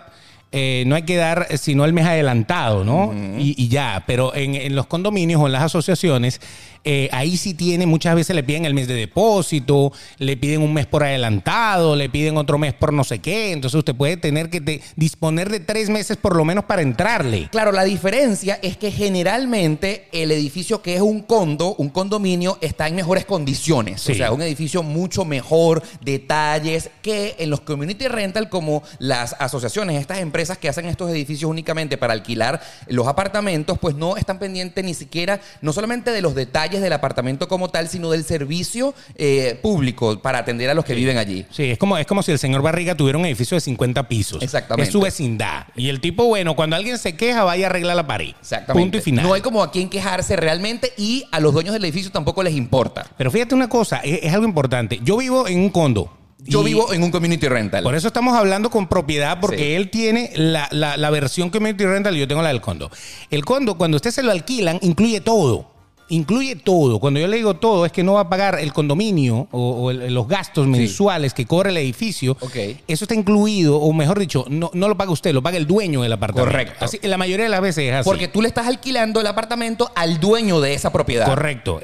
no hay que dar sino el mes adelantado, ¿no? Y ya, pero en los condominios o en las asociaciones, ahí sí muchas veces le piden el mes de depósito, le piden un mes por adelantado, le piden otro mes por no sé qué. Entonces usted puede tener que disponer de 3 meses por lo menos para entrarle.
Claro, la diferencia es que generalmente el edificio que es un condominio, está en mejores condiciones.
Sí.
O sea, un edificio mucho mejor, detalles, que en los community rental, como las asociaciones, estas empresas que hacen estos edificios únicamente para alquilar los apartamentos, pues no están pendientes ni siquiera, no solamente de los detalles del apartamento como tal, sino del servicio público para atender a los que viven allí.
Sí, es como si el señor Barriga tuviera un edificio de 50 pisos.
Exactamente.
Es su vecindad. Y el tipo, bueno, cuando alguien se queja, vaya a arreglar la pared.
Exactamente.
Punto y final.
No hay como a quien quejarse realmente, y a los dueños del edificio tampoco les importa.
Pero fíjate una cosa, es algo importante. Yo vivo en un condo.
Yo vivo en un community rental.
Por eso estamos hablando con propiedad, porque
sí,
él tiene la versión community rental y yo tengo la del condo. El condo, cuando usted se lo alquilan, incluye todo. Incluye todo. Cuando yo le digo todo, es que no va a pagar el condominio o los gastos mensuales que cobra el edificio.
Okay.
Eso está incluido, o mejor dicho, no lo paga usted, lo paga el dueño del apartamento.
Correcto.
Así, la mayoría de las veces es así.
Porque tú le estás alquilando el apartamento al dueño de esa propiedad.
Correcto.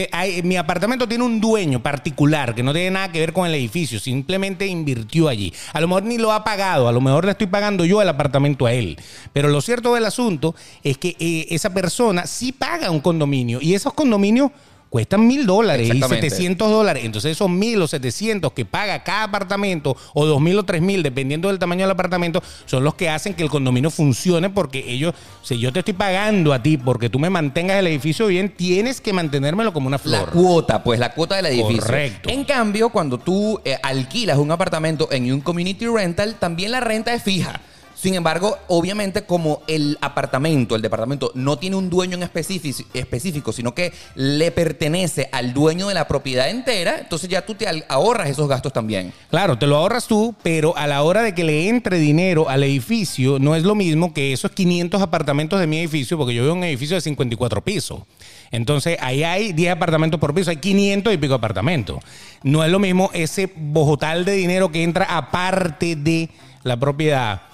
Mi apartamento tiene un dueño particular que no tiene nada que ver con el edificio, simplemente invirtió allí. A lo mejor ni lo ha pagado, a lo mejor le estoy pagando yo el apartamento a él. Pero lo cierto del asunto es que esa persona sí paga un condominio, y esos condominios cuestan $1,000 y $700. Entonces esos 1,000 o 700 que paga cada apartamento, o 2,000 o 3,000, dependiendo del tamaño del apartamento, son los que hacen que el condominio funcione, porque ellos, si yo te estoy pagando a ti porque tú me mantengas el edificio bien, tienes que mantenérmelo como una flor.
La cuota del edificio.
Correcto.
En cambio, cuando tú alquilas un apartamento en un community rental, también la renta es fija. Sin embargo, obviamente, como el departamento no tiene un dueño en específico, sino que le pertenece al dueño de la propiedad entera, entonces ya tú te ahorras esos gastos también.
Claro, te lo ahorras tú, pero a la hora de que le entre dinero al edificio, no es lo mismo que esos 500 apartamentos de mi edificio, porque yo vivo en un edificio de 54 pisos. Entonces, ahí hay 10 apartamentos por piso, hay 500 y pico apartamentos. No es lo mismo ese bojotal de dinero que entra aparte de la propiedad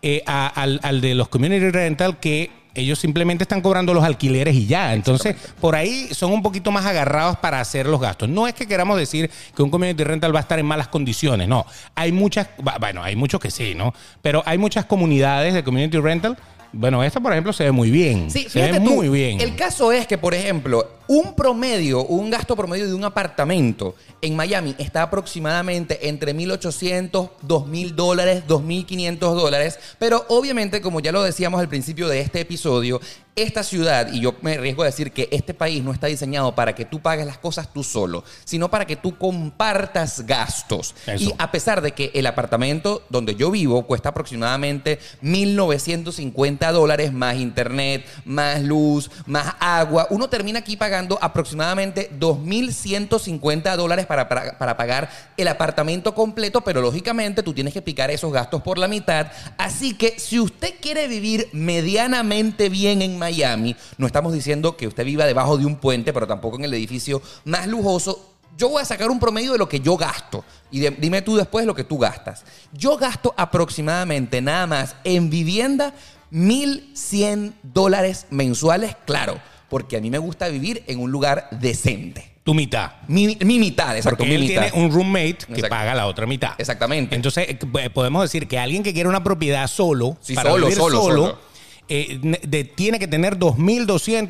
al de los community rental, que ellos simplemente están cobrando los alquileres y ya. Entonces, por ahí son un poquito más agarrados para hacer los gastos. No es que queramos decir que un community rental va a estar en malas condiciones, no. Hay muchos que sí, ¿no? Pero hay muchas comunidades de community rental. Bueno, esta, por ejemplo, se ve muy bien.
Sí,
se ve muy bien.
El caso es que, por ejemplo, un gasto promedio de un apartamento en Miami está aproximadamente entre $1,800, $2,000, $2,500. Pero obviamente, como ya lo decíamos al principio de este episodio, esta ciudad, y yo me arriesgo a decir que este país no está diseñado para que tú pagues las cosas tú solo, sino para que tú compartas gastos.
Eso.
Y a pesar de que el apartamento donde yo vivo cuesta aproximadamente $1,950 más internet, más luz, más agua, uno termina aquí pagando aproximadamente $2,150 para pagar el apartamento completo, pero lógicamente tú tienes que picar esos gastos por la mitad. Así que si usted quiere vivir medianamente bien en Miami, no estamos diciendo que usted viva debajo de un puente, pero tampoco en el edificio más lujoso. Yo voy a sacar un promedio de lo que yo gasto. Y dime tú después lo que tú gastas. Yo gasto aproximadamente nada más en vivienda $1,100 mensuales, claro, porque a mí me gusta vivir en un lugar decente.
Tu mitad.
Mi mitad, exacto.
Porque él tiene un roommate que
Exacto.
paga la otra mitad.
Exactamente.
Entonces, podemos decir que alguien que quiere una propiedad solo,
Sí,
para
solo,
vivir
solo.
tiene que tener $2,200,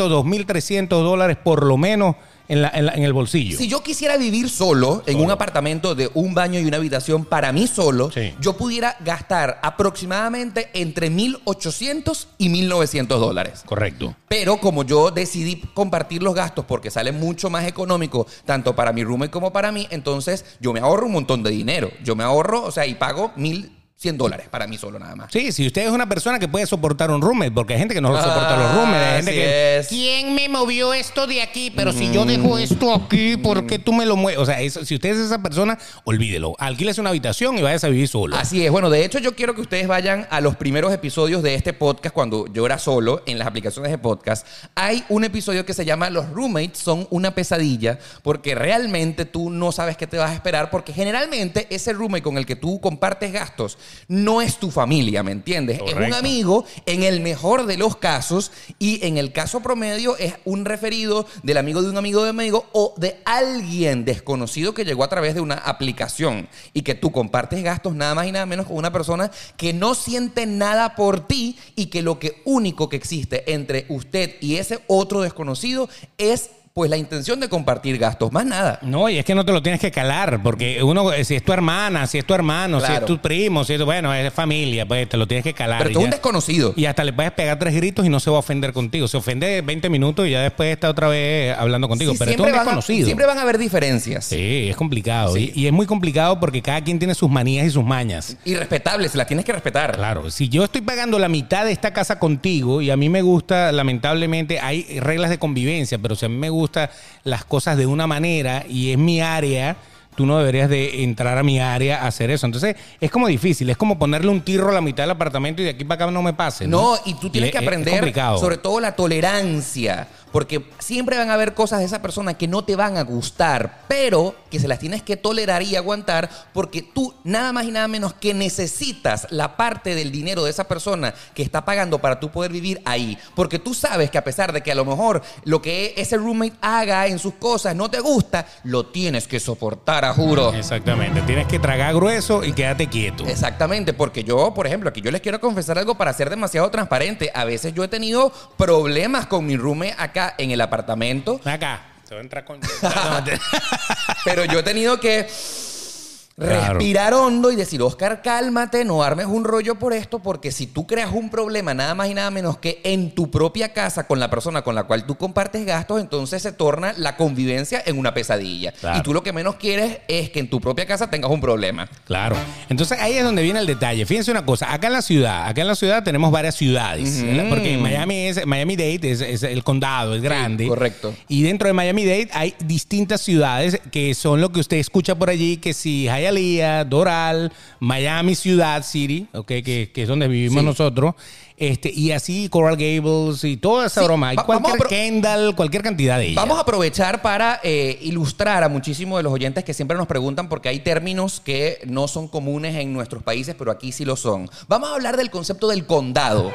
$2,300 por lo menos en el bolsillo.
Si yo quisiera vivir solo en un apartamento de un baño y una habitación para mí solo,
Sí.
yo pudiera gastar aproximadamente entre $1,800 y $1,900.
Correcto.
Pero como yo decidí compartir los gastos porque sale mucho más económico tanto para mi roommate como para mí, entonces yo me ahorro un montón de dinero. Yo me ahorro, o sea, y pago $1,100 para mí solo nada más.
Sí, si usted es una persona que puede soportar un roommate, porque hay gente que no soporta los roommates, hay gente
así
que...
es.
¿Quién me movió esto de aquí? Pero si yo dejo esto aquí, ¿por qué tú me lo mueves? O sea, si usted es esa persona, olvídelo. Alquílese una habitación y váyase a vivir solo.
Así es. Bueno, de hecho yo quiero que ustedes vayan a los primeros episodios de este podcast cuando yo era solo en las aplicaciones de podcast. Hay un episodio que se llama Los roommates son una pesadilla porque realmente tú no sabes qué te vas a esperar porque generalmente ese roommate con el que tú compartes gastos no es tu familia, ¿me entiendes?
Correcto.
Es un amigo en el mejor de los casos y en el caso promedio es un referido del amigo de un amigo o de alguien desconocido que llegó a través de una aplicación y que tú compartes gastos nada más y nada menos con una persona que no siente nada por ti y que lo único que existe entre usted y ese otro desconocido es pues la intención de compartir gastos, más nada.
No, y es que no te lo tienes que calar, porque uno, si es tu hermana, si es tu hermano, si es
Claro.
tu primo, si es, bueno, es familia, pues te lo tienes que calar.
Pero
y
tú eres un
ya.
desconocido.
Y hasta le puedes pegar 3 gritos y no se va a ofender contigo. Se ofende 20 minutos y ya después está otra vez hablando contigo.
Sí,
pero tú es un desconocido.
siempre van a haber diferencias.
Sí, es complicado.
Sí.
Y es muy complicado porque cada quien tiene sus manías y sus mañas.
Irrespetables, se las tienes que respetar.
Claro, si yo estoy pagando la mitad de esta casa contigo y a mí me gusta, lamentablemente, hay reglas de convivencia, pero si a mí me gustan las cosas de una manera y es mi área, tú no deberías de entrar a mi área a hacer eso. Entonces, es como difícil, es como ponerle un tirro a la mitad del apartamento y de aquí para acá no me pase.
No, y tú tienes que
es
aprender
complicado.
sobre todo la tolerancia, porque siempre van a haber cosas de esa persona que no te van a gustar, pero que se las tienes que tolerar y aguantar porque tú nada más y nada menos que necesitas la parte del dinero de esa persona que está pagando para tú poder vivir ahí, porque tú sabes que a pesar de que a lo mejor lo que ese roommate haga en sus cosas no te gusta, lo tienes que soportar, a juro.
Exactamente, tienes que tragar grueso y quédate quieto.
Exactamente, porque yo, por ejemplo, aquí yo les quiero confesar algo para ser demasiado transparente. A veces yo he tenido problemas con mi roommate acá en el apartamento,
Acá, se va a entrar con...
pero yo he tenido que
Claro.
respirar hondo y decir, Oscar, cálmate, no armes un rollo por esto, porque si tú creas un problema nada más y nada menos que en tu propia casa con la persona con la cual tú compartes gastos, entonces se torna la convivencia en una pesadilla.
Claro.
Y tú lo que menos quieres es que en tu propia casa tengas un problema.
Claro. Entonces ahí es donde viene el detalle. Fíjense una cosa, acá en la ciudad tenemos varias ciudades, ¿verdad? Porque Miami-Dade es el condado, es grande.
correcto.
Y dentro de Miami-Dade hay distintas ciudades que son lo que usted escucha por allí, que si Hialeah, Doral, Miami Ciudad City, okay, que es donde vivimos
Sí.
nosotros, y así Coral Gables y toda esa
Sí,
broma. Hay
vamos
cualquier
a
Kendall, cualquier cantidad de ellas.
Vamos a aprovechar para ilustrar a muchísimos de los oyentes que siempre nos preguntan porque hay términos que no son comunes en nuestros países, pero aquí sí lo son. Vamos a hablar del concepto del condado.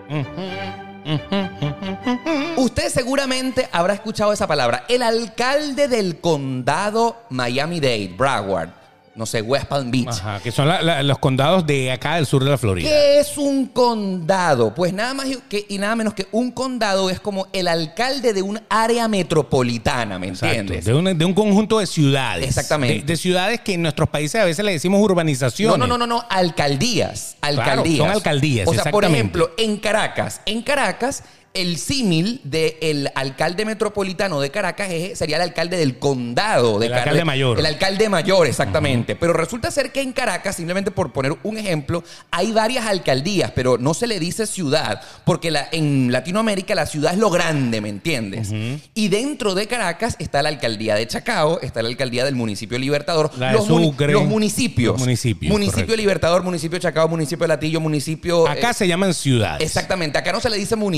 Usted seguramente habrá escuchado esa palabra. El alcalde del condado Miami-Dade, Broward, no sé, West Palm Beach.
Ajá, que son los condados de acá del sur de la Florida.
¿Qué es un condado? Pues nada más y nada menos que un condado es como el alcalde de un área metropolitana, ¿me entiendes?
Exacto, de un conjunto de ciudades.
Exactamente.
De ciudades que en nuestros países a veces le decimos urbanizaciones.
No, alcaldías.
Claro, son alcaldías,
O sea, por
exactamente.
ejemplo, en Caracas, el símil del alcalde metropolitano de Caracas sería el alcalde del condado.
El alcalde mayor.
El alcalde mayor, exactamente. Pero resulta ser que en Caracas, simplemente por poner un ejemplo, hay varias alcaldías, pero no se le dice ciudad, porque en Latinoamérica la ciudad es lo grande, ¿me entiendes? Y dentro de Caracas está la alcaldía de Chacao, está la alcaldía del municipio Libertador.
La de Sucre.
Los municipios.
Los municipios,
Municipio
correcto.
Libertador, municipio de Chacao, municipio de Latillo, municipio...
Acá se llaman ciudades.
Exactamente, acá no se le dice municipio, se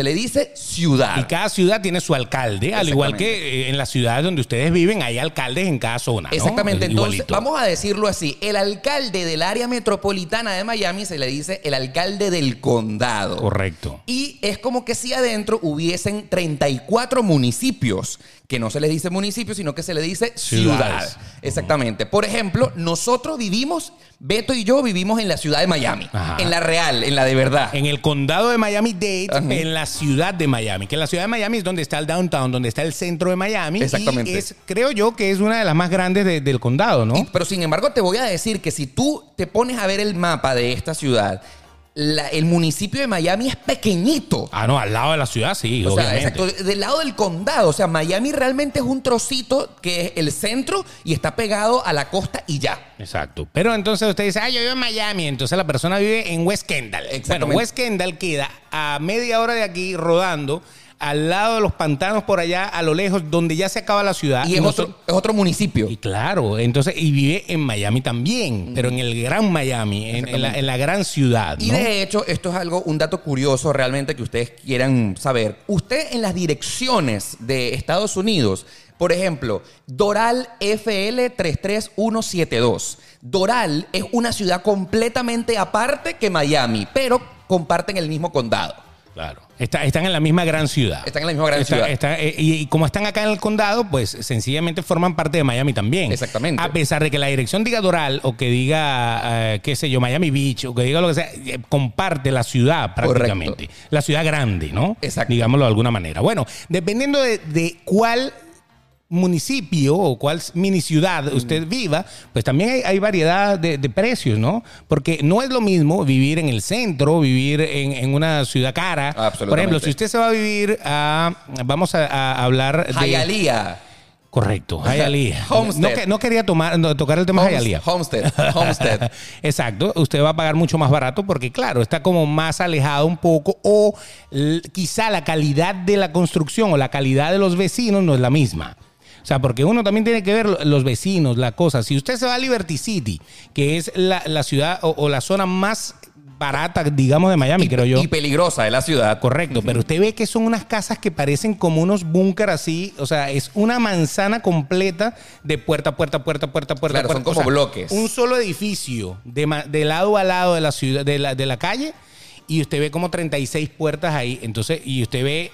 se le dice ciudad.
Y cada ciudad tiene su alcalde, al igual que en las ciudades donde ustedes viven hay alcaldes en cada zona, ¿no?
Exactamente. Entonces,
Igualito.
vamos a decirlo así. El alcalde del área metropolitana de Miami se le dice el alcalde del condado.
Correcto.
Y es como que si adentro hubiesen 34 municipios, que no se les dice municipio, sino que se le dice ciudad.
Ciudades.
Exactamente. Por ejemplo, nosotros vivimos, Beto y yo vivimos en la ciudad de Miami.
Ajá.
En la real, en la de verdad.
En el condado de Miami-Dade,
Ajá.
en la ciudad de Miami. Que la ciudad de Miami es donde está el downtown, donde está el centro de Miami.
Exactamente.
Y es, creo yo, que es una de las más grandes del condado, ¿no?
Pero sin embargo, te voy a decir que si tú te pones a ver el mapa de esta ciudad, el municipio de Miami es pequeñito.
Ah, no, al lado de la ciudad, sí,
O sea,
obviamente.
exacto, del lado del condado. O sea, Miami realmente es un trocito que es el centro y está pegado a la costa y ya.
Exacto. Pero entonces usted dice, yo vivo en Miami. Entonces la persona vive en West Kendall.
Exactamente.
Bueno, West Kendall queda a media hora de aquí rodando al lado de los pantanos por allá, a lo lejos, donde ya se acaba la ciudad.
Y es otro municipio.
Y claro, entonces, y vive en Miami también, pero en el gran Miami, en la gran ciudad, ¿no?
Y de hecho, esto es un dato curioso realmente que ustedes quieran saber. Usted en las direcciones de Estados Unidos, por ejemplo, Doral FL 33172. Doral es una ciudad completamente aparte que Miami, pero comparten el mismo condado.
Claro. Están en la misma gran ciudad.
Están en la misma gran ciudad.
Y como están acá en el condado, pues sencillamente forman parte de Miami también.
Exactamente.
A pesar de que la dirección diga Doral o que diga, qué sé yo, Miami Beach o que diga lo que sea, comparte la ciudad prácticamente.
Correcto.
La ciudad grande, ¿no?
Exacto.
Digámoslo de alguna manera. Bueno, dependiendo de cuál municipio o cuál mini ciudad usted viva, pues también hay variedad de precios, ¿no? Porque no es lo mismo vivir en el centro, vivir en una ciudad cara.
Absolutamente.
Por ejemplo, si usted se va a vivir vamos a hablar de...
Hialeah.
Correcto, Hialeah.
Homestead.
No quería tocar el tema de Hialeah.
Homestead.
Exacto, usted va a pagar mucho más barato porque, claro, está como más alejado un poco o quizá la calidad de la construcción o la calidad de los vecinos no es la misma. O sea, porque uno también tiene que ver los vecinos, la cosa. Si usted se va a Liberty City, que es la ciudad o la zona más barata, digamos, de Miami, creo yo.
Y peligrosa de la ciudad.
Correcto, pero usted ve que son unas casas que parecen como unos búnker así, o sea, es una manzana completa de puerta.
Claro, son como bloques.
Un solo edificio de lado a lado de la ciudad, de la calle, y usted ve como 36 puertas ahí, entonces, y usted ve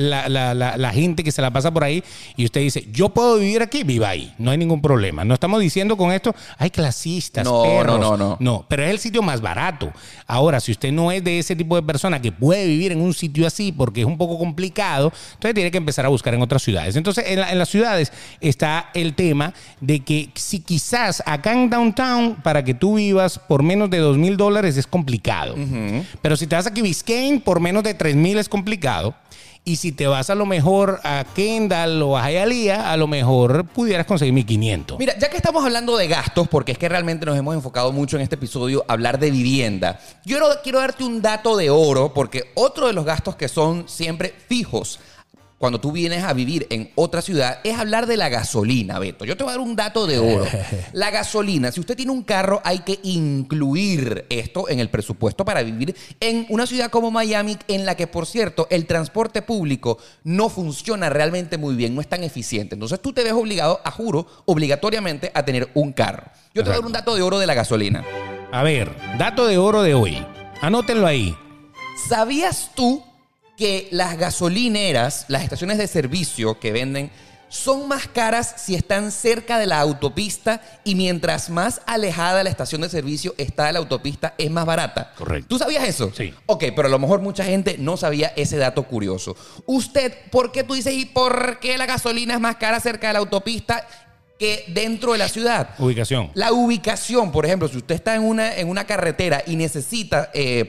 la gente que se la pasa por ahí y usted dice, yo puedo vivir aquí, viva ahí, no hay ningún problema. No estamos diciendo con esto, hay clasistas, perros. No, pero es el sitio más barato. Ahora, si usted no es de ese tipo de persona que puede vivir en un sitio así porque es un poco complicado, entonces tiene que empezar a buscar en otras ciudades. Entonces, en las ciudades está el tema de que si quizás acá en Downtown, para que tú vivas por menos de $2,000 es complicado. Pero si te vas a Key Biscayne, por menos de $3,000 es complicado. Y si te vas a lo mejor a Kendall o a Hialeah, a lo mejor pudieras conseguir 1,500.
Mira, ya que estamos hablando de gastos, porque es que realmente nos hemos enfocado mucho en este episodio a hablar de vivienda, yo quiero darte un dato de oro, porque otro de los gastos que son siempre fijos cuando tú vienes a vivir en otra ciudad es hablar de la gasolina, Beto. Yo te voy a dar un dato de oro. La gasolina, si usted tiene un carro, hay que incluir esto en el presupuesto para vivir en una ciudad como Miami, en la que, por cierto, el transporte público no funciona realmente muy bien, no es tan eficiente. Entonces tú te ves obligado, obligatoriamente a tener un carro. Yo te voy a dar un dato de oro de la gasolina.
A ver, dato de oro de hoy. Anótenlo ahí.
¿Sabías tú que las gasolineras, las estaciones de servicio que venden, son más caras si están cerca de la autopista y mientras más alejada la estación de servicio está de la autopista, es más barata?
Correcto.
¿Tú sabías eso?
Sí.
Ok, pero a lo mejor mucha gente no sabía ese dato curioso. Usted, ¿por qué tú dices y por qué la gasolina es más cara cerca de la autopista que dentro de la ciudad?
Ubicación.
La ubicación, por ejemplo, si usted está en una carretera y necesita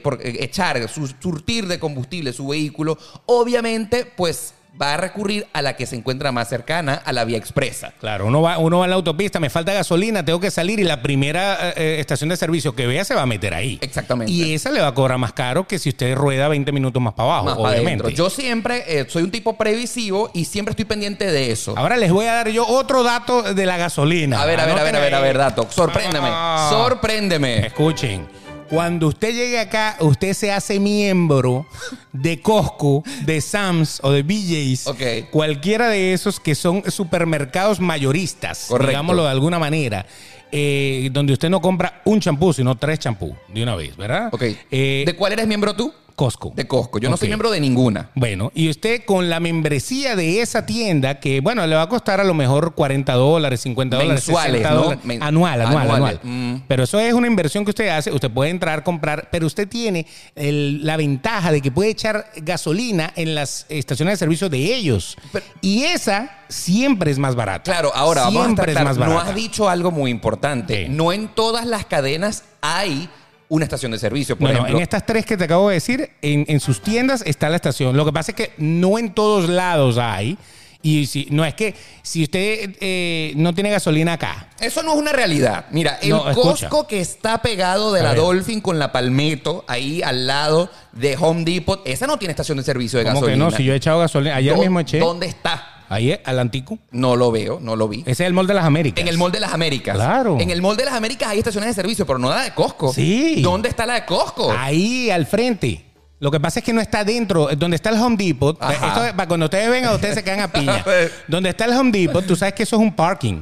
surtir de combustible su vehículo, obviamente, pues va a recurrir a la que se encuentra más cercana a la vía expresa.
Claro, uno va en la autopista, me falta gasolina, tengo que salir y la primera estación de servicio que vea se va a meter ahí.
Exactamente.
Y esa le va a cobrar más caro que si usted rueda 20 minutos más para abajo,
Más para
obviamente.
adentro. Yo siempre soy un tipo previsivo y siempre estoy pendiente de eso.
Ahora les voy a dar yo otro dato de la gasolina.
A ver,
Anoten ahí.
dato. Sorpréndeme.
Ah.
Sorpréndeme.
Escuchen, Cuando usted llegue acá, usted se hace miembro de Costco, de Sam's o de BJ's.
Ok.
Cualquiera de esos que son supermercados mayoristas,
Correcto.
digámoslo de alguna manera. Donde usted no compra un champú, sino 3 champús de una vez, ¿verdad?
Ok. ¿De cuál eres miembro tú?
Costco.
De Costco. Yo no soy
Ok.
miembro de ninguna.
Bueno, y usted con la membresía de esa tienda, que bueno, le va a costar a lo mejor $40, $50,
Mensuales,
$60.
¿no?
Anual.
Mm.
Pero eso es una inversión que usted hace, usted puede entrar, comprar, pero usted tiene la ventaja de que puede echar gasolina en las estaciones de servicio de ellos. Y esa siempre es más barata.
Claro, ahora vamos a
Siempre
estar
es más
claro. No
barata.
has dicho algo muy importante.
Sí.
No en todas las cadenas hay una estación de servicio. Por
Bueno,
ejemplo,
en estas 3 que te acabo de decir, en sus tiendas está la estación. Lo que pasa es que no en todos lados hay. Y no es que si usted no tiene gasolina acá.
eso no es una realidad. Mira, el
No, escucha.
Costco que está pegado de
A
la
ver.
Dolphin con la Palmetto, ahí al lado de Home Depot, esa no tiene estación de servicio de
¿Cómo que
gasolina.
no? Si yo he echado gasolina. Ayer mismo eché.
¿Dónde está?
Ahí, al Antico.
No lo veo, no lo vi.
Ese es el Mall de las Américas.
En el Mall de las Américas.
Claro.
En el Mall de las Américas hay estaciones de servicio, pero no la de Costco.
Sí.
¿Dónde está la de Costco?
Ahí, al frente. Lo que pasa es que no está dentro, donde está el Home Depot.
Ajá.
Esto es para cuando ustedes vengan, ustedes se quedan a piña. Donde está el Home Depot, tú sabes que eso es un parking.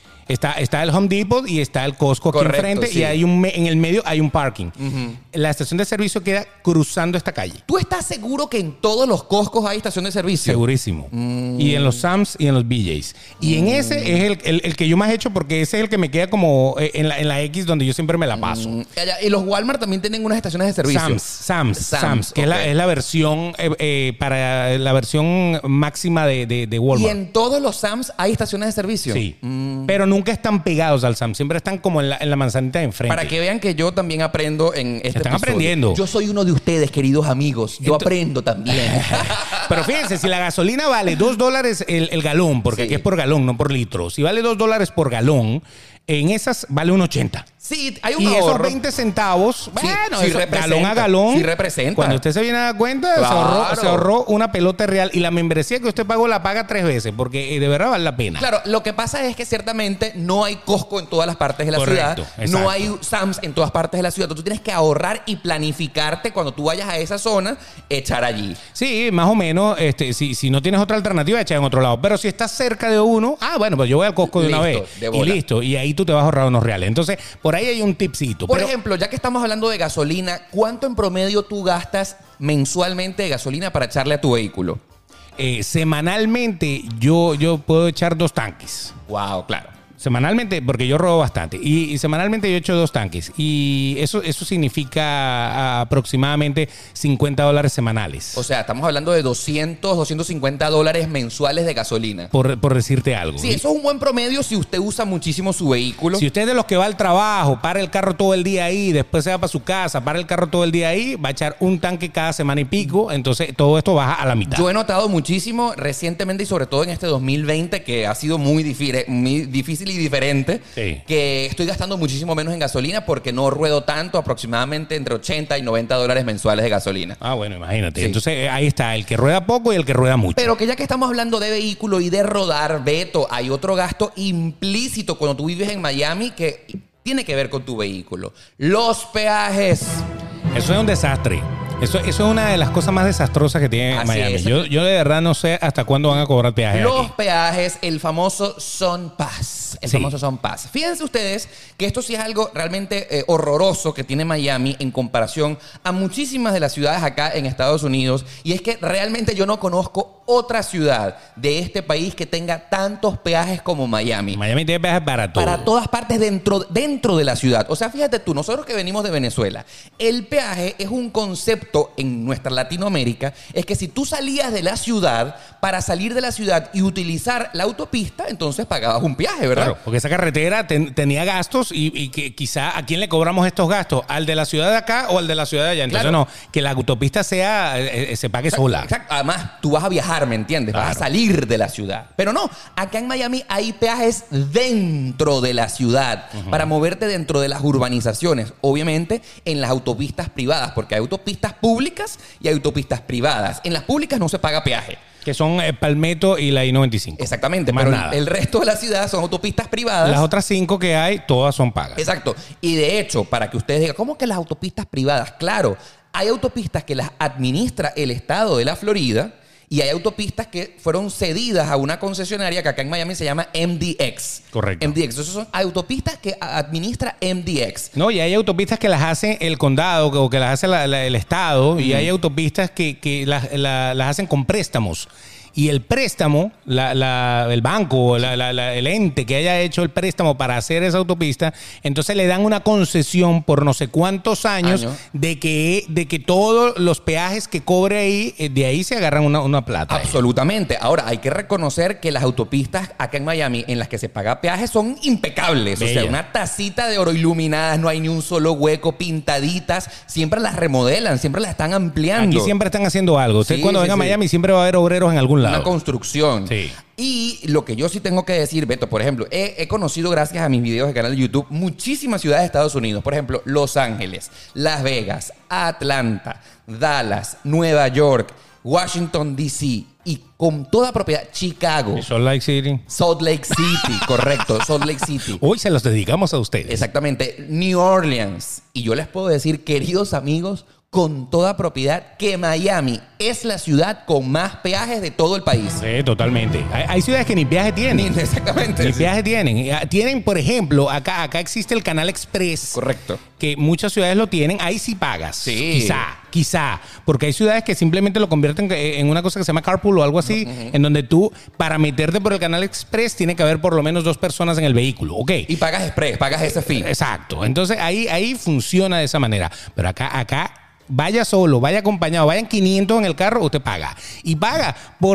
Está el Home Depot y está el Costco aquí
Correcto,
enfrente
sí.
y hay en el medio hay un parking. La estación de servicio queda cruzando esta calle.
¿Tú estás seguro que en todos los Costcos hay estación de servicio?
Segurísimo. Y en los Sam's y en los BJ's. Y en ese es el que yo más he hecho porque ese es el que me queda como en la X donde yo siempre me la paso.
Y los Walmart también tienen unas estaciones de servicio.
Sam's, que
ok.
es la versión para la versión máxima de
¿Y
Walmart.
en todos los Sam's hay estaciones de servicio?
Sí. Pero nunca están pegados al Sam's, siempre están como en la manzanita de enfrente.
Para que vean que yo también aprendo en este
Están
episodio.
aprendiendo.
Yo soy uno de ustedes, queridos amigos. Yo aprendo también.
Pero fíjense, si la gasolina vale $2 el galón, porque
Sí.
aquí es por galón, no por litro. Si vale $2 por galón, en esas vale 1.80.
Sí, hay un
Y esos
ahorro.
20 centavos, bueno,
sí
eso,
representa,
galón a galón.
sí representa.
Cuando usted se viene a dar cuenta,
Claro.
se ahorró una pelota real. Y la membresía que usted pagó la paga 3 veces, porque de verdad vale la pena.
Claro, lo que pasa es que ciertamente no hay Costco en todas las partes de la
Correcto,
ciudad.
exacto.
No hay Sam's en todas partes de la ciudad. Tú tienes que ahorrar y planificarte cuando tú vayas a esa zona, echar allí.
Sí, más o menos, si no tienes otra alternativa, echa en otro lado. Pero si estás cerca de uno, bueno, pues yo voy al Costco de una
Listo,
vez.
de
Y
bola.
listo. Y ahí tú te vas a ahorrar unos reales. Entonces, por ahí hay un tipcito.
Por
Pero-
ejemplo, ya que estamos hablando de gasolina, ¿cuánto en promedio tú gastas mensualmente de gasolina para echarle a tu vehículo?
Semanalmente yo puedo echar 2 tanques.
Wow, claro.
Semanalmente, porque yo robo bastante. Y semanalmente yo echo 2 tanques. Y eso significa aproximadamente $50 semanales.
O sea, estamos hablando de $250 mensuales de gasolina.
Por decirte algo.
Sí, eso es un buen promedio si usted usa muchísimo su vehículo.
Si usted es de los que va al trabajo, para el carro todo el día ahí, después se va para su casa, para el carro todo el día ahí, va a echar un tanque cada semana y pico, entonces todo esto baja a la mitad.
Yo he notado muchísimo recientemente y sobre todo en este 2020 que ha sido muy difícil y diferente,
Sí.
que estoy gastando muchísimo menos en gasolina porque no ruedo tanto, aproximadamente entre $80 y $90 mensuales de gasolina.
Bueno, imagínate.
Sí.
Entonces ahí está, el que rueda poco y el que rueda mucho.
Pero que ya que estamos hablando de vehículo y de rodar, Beto, hay otro gasto implícito cuando tú vives en Miami que tiene que ver con tu vehículo. Los peajes.
Eso es un desastre. Eso es una de las cosas más desastrosas que tiene
Así
Miami.
es.
Yo de verdad no sé hasta cuándo van a cobrar peajes
Los
aquí.
peajes, el famoso Son Pass. El
Sí.
famoso Son Pass. Fíjense ustedes que esto sí es algo realmente horroroso que tiene Miami en comparación a muchísimas de las ciudades acá en Estados Unidos. Y es que realmente yo no conozco otra ciudad de este país que tenga tantos peajes como Miami.
Miami tiene peajes para todo.
Para todas partes dentro de la ciudad. O sea, fíjate tú, nosotros que venimos de Venezuela, el peaje es un concepto en nuestra Latinoamérica, es que si tú salías de la ciudad, para salir de la ciudad y utilizar la autopista, entonces pagabas un peaje, ¿verdad?
Claro, porque esa carretera tenía gastos y que quizá a quién le cobramos estos gastos, al de la ciudad de acá o al de la ciudad de allá. Entonces
Claro.
no, que la autopista se pague sola.
Exacto. Además, tú vas a viajar, ¿me entiendes? Vas a
Claro.
salir de la ciudad. Pero no, acá en Miami hay peajes dentro de la ciudad para moverte dentro de las urbanizaciones. Obviamente, en las autopistas privadas, porque hay autopistas públicas y hay autopistas privadas. En las públicas no se paga peaje.
Que son Palmetto y la I-95.
Exactamente,
Más
pero
nada.
el resto de la ciudad son autopistas privadas.
Las otras 5 que hay, todas son pagas.
Exacto. Y de hecho, para que ustedes digan, ¿cómo que las autopistas privadas? Claro, hay autopistas que las administra el estado de la Florida y hay autopistas que fueron cedidas a una concesionaria que acá en Miami se llama MDX.
Correcto.
MDX. Entonces son autopistas que administra MDX.
No, y hay autopistas que las hace el condado o que las hace el estado y hay autopistas que las hacen con préstamos. Y el préstamo, el banco, el ente que haya hecho el préstamo para hacer esa autopista, entonces le dan una concesión por no sé cuántos años. de que todos los peajes que cobre ahí, de ahí se agarran una plata.
Absolutamente. Ahora, hay que reconocer que las autopistas acá en Miami en las que se paga peaje son impecables.
Bella.
O sea, una tacita de oro iluminadas, no hay ni un solo hueco, pintaditas. Siempre las remodelan, siempre las están ampliando.
Aquí siempre están haciendo algo. Usted
Sí,
cuando
sí,
venga a
sí.
Miami siempre va a haber obreros en algún lado.
Una construcción.
Sí.
Y lo que yo sí tengo que decir, Beto, por ejemplo, he conocido gracias a mis videos de canal de YouTube muchísimas ciudades de Estados Unidos. Por ejemplo, Los Ángeles, Las Vegas, Atlanta, Dallas, Nueva York, Washington, D.C. y con toda propiedad, Chicago.
Salt Lake City.
Salt Lake City, correcto, Salt Lake City.
Hoy se los dedicamos a ustedes.
Exactamente, New Orleans. Y yo les puedo decir, queridos amigos, con toda propiedad, que Miami es la ciudad con más peajes de todo el país.
Sí, totalmente. Hay ciudades que ni peaje tienen.
Exactamente.
Ni
sí.
peaje tienen. Tienen, por ejemplo, acá existe el Canal Express.
Correcto.
Que muchas ciudades lo tienen. Ahí sí pagas.
Sí.
Quizá. Porque hay ciudades que simplemente lo convierten en una cosa que se llama carpool o algo así, en donde tú, para meterte por el Canal Express, tiene que haber por lo menos 2 personas en el vehículo. ¿Ok?
Y pagas express, pagas ese fee.
Exacto. Entonces ahí funciona de esa manera. Pero acá vaya solo, vaya acompañado, vayan 500 en el carro, usted paga. Y paga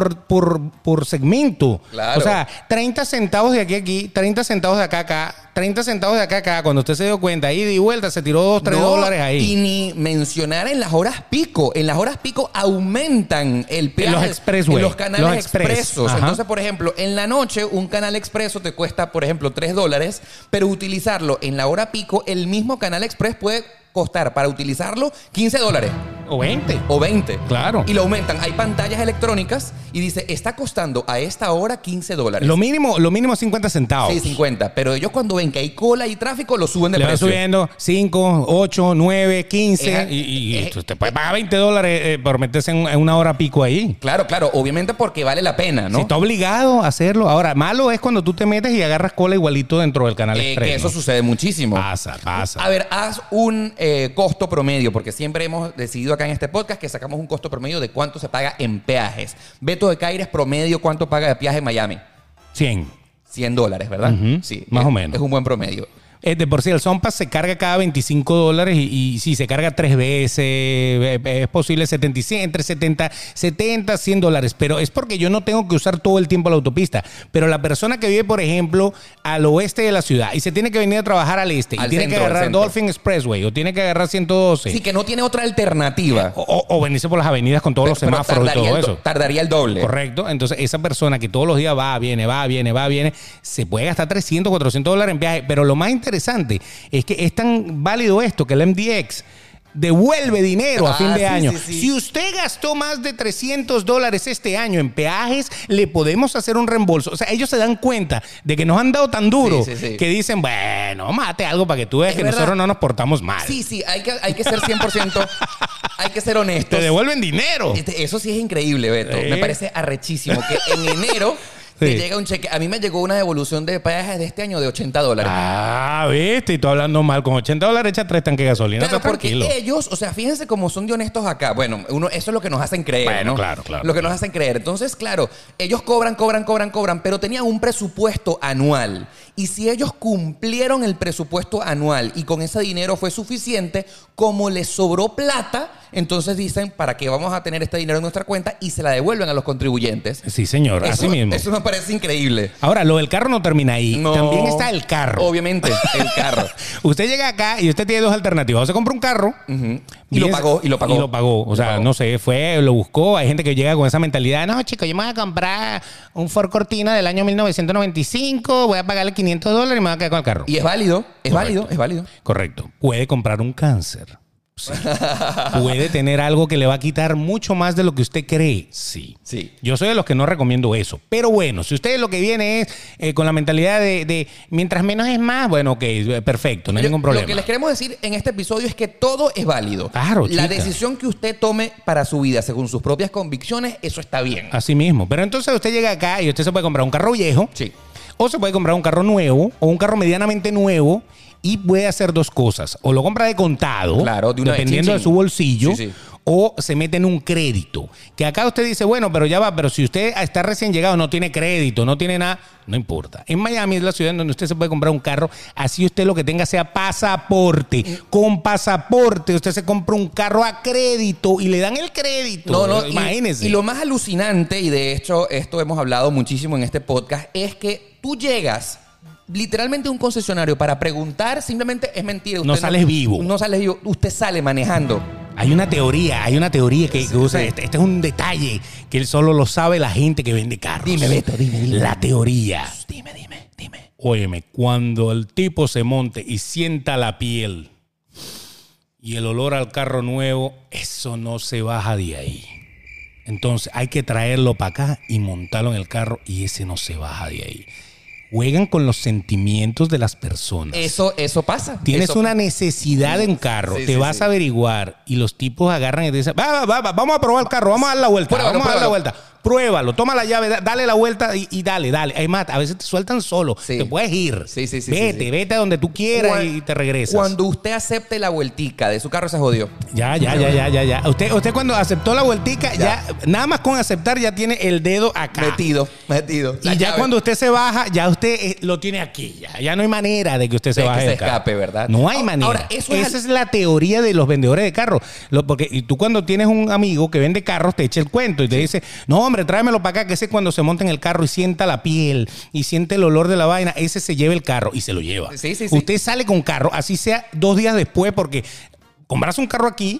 por segmento.
Claro.
O sea, 30 centavos de aquí, 30 centavos de acá, 30 centavos de acá. Cuando usted se dio cuenta, ida y vuelta, se tiró $2, $3 dólares ahí.
Y ni mencionar en las horas pico. En las horas pico aumentan el peaje.
Los expressway,
en los canales
los express.
expresos.
Ajá.
Entonces, por ejemplo, en la noche un canal expreso te cuesta, por ejemplo, $3, pero utilizarlo en la hora pico, el mismo canal express puede costar para utilizarlo $15
O 20.
o 20.
Claro.
Y lo aumentan. Hay pantallas electrónicas y dice, está costando a esta hora $15.
Lo mínimo 50 centavos.
Sí, 50. Pero ellos cuando ven que hay cola y tráfico, lo suben de
Le va
precio.
subiendo 5, 8, 9, 15 y
eh,
usted puede pagar $20 por meterse en una hora pico ahí.
Claro, obviamente porque vale la pena, ¿no?
Si está obligado a hacerlo. Ahora, malo es cuando tú te metes y agarras cola igualito dentro del Canal Express.
Que eso
¿no?
sucede muchísimo.
Pasa.
A ver, haz un costo promedio, porque siempre hemos decidido acá en este podcast que sacamos un costo promedio de cuánto se paga en peajes. Beto de Caires, promedio, ¿cuánto paga de peaje en Miami?
100.
$100, ¿verdad?
Ujú,
Sí.
más o menos.
Es un buen promedio.
De por sí, el Sonpass se carga cada $25 y sí, se carga 3 veces. Es posible entre 70, $100. Pero es porque yo no tengo que usar todo el tiempo la autopista. Pero la persona que vive, por ejemplo, al oeste de la ciudad y se tiene que venir a trabajar al este
Al
y tiene
centro,
que
al
agarrar
centro.
Dolphin Expressway o tiene que agarrar 112
Sí, que no tiene otra alternativa.
o venirse por las avenidas con todos los
Pero
semáforos y todo eso.
Tardaría el doble.
Correcto. Entonces, esa persona que todos los días va, viene, se puede gastar $300, $400 en viaje. Pero lo más interesante es que es tan válido esto que el MDX devuelve dinero a fin de
sí,
año.
sí.
Si usted gastó más de $300 este año en peajes, le podemos hacer un reembolso. O sea, ellos se dan cuenta de que nos han dado tan duro
Sí.
que dicen, bueno, mate algo para que tú veas
Es
que
verdad.
nosotros no nos portamos mal.
Sí, hay que ser 100%, hay que ser honestos.
Te devuelven dinero.
Eso sí es increíble, Beto. Me parece arrechísimo que en enero te
Sí.
llega un cheque. A mí me llegó una devolución de peajes de este año de $80.
Ah, viste, y tú hablando mal. Con $80 echa 3 tanques de gasolina.
Claro,
Está
porque
tranquilo.
ellos, o sea, fíjense cómo son de honestos acá. Bueno, eso es lo que nos hacen creer,
Bueno,
¿no?
claro.
Lo que nos hacen creer. Entonces, claro, ellos cobran, pero tenían un presupuesto anual. Y si ellos cumplieron el presupuesto anual y con ese dinero fue suficiente, como les sobró plata, entonces dicen, ¿para qué vamos a tener este dinero en nuestra cuenta? Y se la devuelven a los contribuyentes.
Sí, señor, así mismo.
Eso me parece increíble.
Ahora, lo del carro no termina ahí.
No.
También está el carro.
Obviamente, el carro.
Usted llega acá y usted tiene 2 alternativas. O se compra un carro.
Y lo pagó.
O sea, no sé, lo buscó. Hay gente que llega con esa mentalidad. No, chico, yo me voy a comprar un Ford Cortina del año 1995. Voy a pagarle $500 y me voy a quedar con el carro.
Y es válido, es
Correcto.
válido.
Correcto. Puede comprar un cáncer. Sí. Puede tener algo que le va a quitar mucho más de lo que usted cree. Sí. Yo soy de los que no recomiendo eso. Pero bueno, si usted lo que viene es con la mentalidad de mientras menos es más, bueno, ok, perfecto, no hay ningún problema.
Lo que les queremos decir en este episodio es que todo es válido.
Claro,
la decisión que usted tome para su vida según sus propias convicciones, eso está bien.
Así mismo. Pero entonces usted llega acá y usted se puede comprar un carro viejo.
Sí.
O se puede comprar un carro nuevo o un carro medianamente nuevo y puede hacer dos cosas. O lo compra de contado,
claro, dependiendo
de su bolsillo,
sí.
O se mete en un crédito. Que acá usted dice, bueno, pero ya va, pero si usted está recién llegado, no tiene crédito, no tiene nada, no importa. En Miami es la ciudad en donde usted se puede comprar un carro, así usted lo que tenga sea pasaporte. Con pasaporte usted se compra un carro a crédito y le dan el crédito.
No,
imagínese.
Y lo más alucinante, y de hecho esto hemos hablado muchísimo en este podcast, es que tú llegas literalmente a un concesionario para preguntar, simplemente es mentira. Usted
no sales vivo.
No sales vivo, usted sale manejando.
Hay una teoría que usa. Este es un detalle que solo lo sabe la gente que vende carros.
Dime, Beto, dime.
La teoría.
Dime.
Óyeme, cuando el tipo se monte y sienta la piel y el olor al carro nuevo, eso no se baja de ahí. Entonces hay que traerlo para acá y montarlo en el carro y ese no se baja de ahí. Juegan con los sentimientos de las personas.
Eso pasa.
Tienes una necesidad en carro, te vas a averiguar y los tipos agarran y te dicen, vamos a probar el carro, vamos a dar la vuelta, Pruébalo, toma la llave, dale la vuelta y dale. Además, a veces te sueltan solo, te puedes ir. Vete a donde tú quieras y te regresas.
Cuando usted acepte la vueltica de su carro se jodió.
Ya. Usted cuando aceptó la vueltica, ya nada más con aceptar ya tiene el dedo acá.
Metido.
Y ya cuando usted se baja, ya usted lo tiene aquí. Ya no hay manera de que usted se baje
que
del
se
carro.
escape, ¿verdad?
No hay manera.
Ahora,
Esa es la teoría de los vendedores de carros. Porque tú cuando tienes un amigo que vende carros, te echa el cuento y te dice, no, hombre, tráemelo para acá, que ese cuando se monta en el carro y sienta la piel y siente el olor de la vaina, ese se lleva el carro y se lo lleva. Usted sale con carro, así sea 2 días después, porque comprarse un carro aquí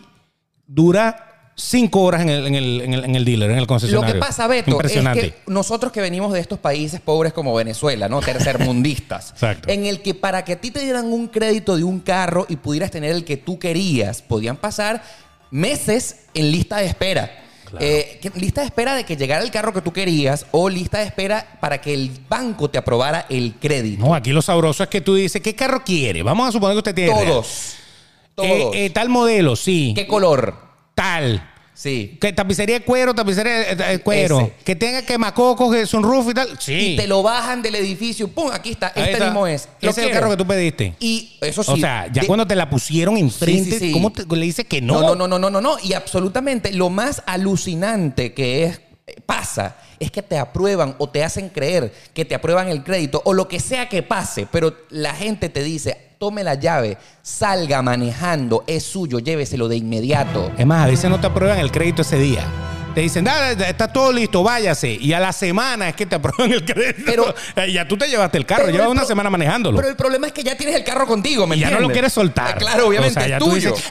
dura 5 horas en el dealer, en el concesionario.
Lo que pasa, Beto, es que nosotros que venimos de estos países pobres como Venezuela, ¿no? Tercermundistas.
Exacto.
En el que para que a ti te dieran un crédito de un carro y pudieras tener el que tú querías, podían pasar meses en lista de espera. Claro. Lista de espera de que llegara el carro que tú querías o lista de espera para que el banco te aprobara el crédito.
No, aquí lo sabroso es que tú dices, ¿qué carro quiere? Vamos a suponer que usted tiene...
Todos.
Tal modelo, sí.
¿Qué color?
Tal.
Sí.
Que tapicería de cuero, cuero.
Ese.
Que tenga quemacocos, que sunroof y tal. Sí.
Y te lo bajan del edificio. ¡Pum! Aquí está. Mismo es.
Ese es el carro que tú pediste.
Y eso sí.
O sea, ya cuando te la pusieron enfrente, ¿cómo le dices que no?
No. Y absolutamente lo más alucinante que pasa es que te aprueban o te hacen creer que te aprueban el crédito o lo que sea que pase, pero la gente te dice, tome la llave, salga manejando, es suyo, lléveselo de inmediato.
Es más, a veces no te aprueban el crédito ese día. Te dicen, dale, está todo listo, váyase. Y a la semana es que te aprueban el crédito. Pero ya tú te llevaste el carro, llevas una semana manejándolo.
Pero el problema es que ya tienes el carro contigo, ¿me entiendes?
Ya no lo quieres soltar.
Claro, obviamente,
o sea,
es tuyo.
Dices,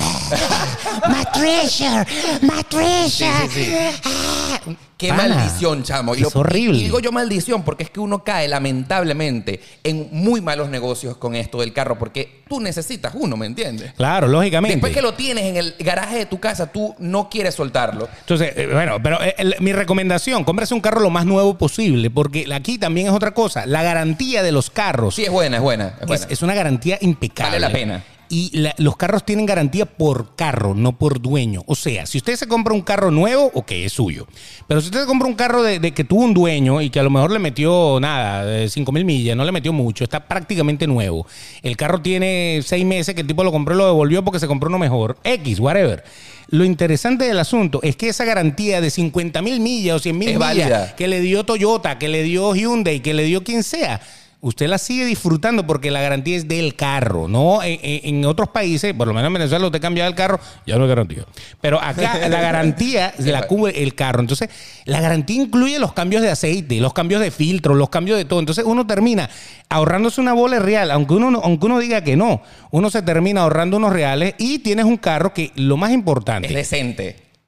my treasure.
Sí. Qué maldición, chamo.
Es horrible.
Y digo yo maldición porque es que uno cae lamentablemente en muy malos negocios con esto del carro porque tú necesitas uno, ¿me entiendes?
Claro, lógicamente.
Después que lo tienes en el garaje de tu casa, tú no quieres soltarlo.
Entonces, pero mi recomendación, cómprese un carro lo más nuevo posible porque aquí también es otra cosa. La garantía de los carros.
Sí, es buena.
Es una garantía impecable.
Vale la pena.
Y los carros tienen garantía por carro, no por dueño. O sea, si usted se compra un carro nuevo, ok, es suyo. Pero si usted se compra un carro de que tuvo un dueño y que a lo mejor le metió 5,000 millas, no le metió mucho, está prácticamente nuevo. El carro tiene 6 meses que el tipo lo compró y lo devolvió porque se compró uno mejor. Whatever. Lo interesante del asunto es que esa garantía de 50,000 millas o 100,000 millas
válida.
Que le dio Toyota, que le dio Hyundai, que le dio quien sea, usted la sigue disfrutando porque la garantía es del carro, ¿no? En otros países, por lo menos en Venezuela, usted cambia el carro, ya no es garantía. Pero acá la garantía la cubre el carro. Entonces, la garantía incluye los cambios de aceite, los cambios de filtro, los cambios de todo. Entonces, uno termina ahorrándose una bola real, aunque uno diga que no. Uno se termina ahorrando unos reales y tienes un carro que lo más importante
es decente.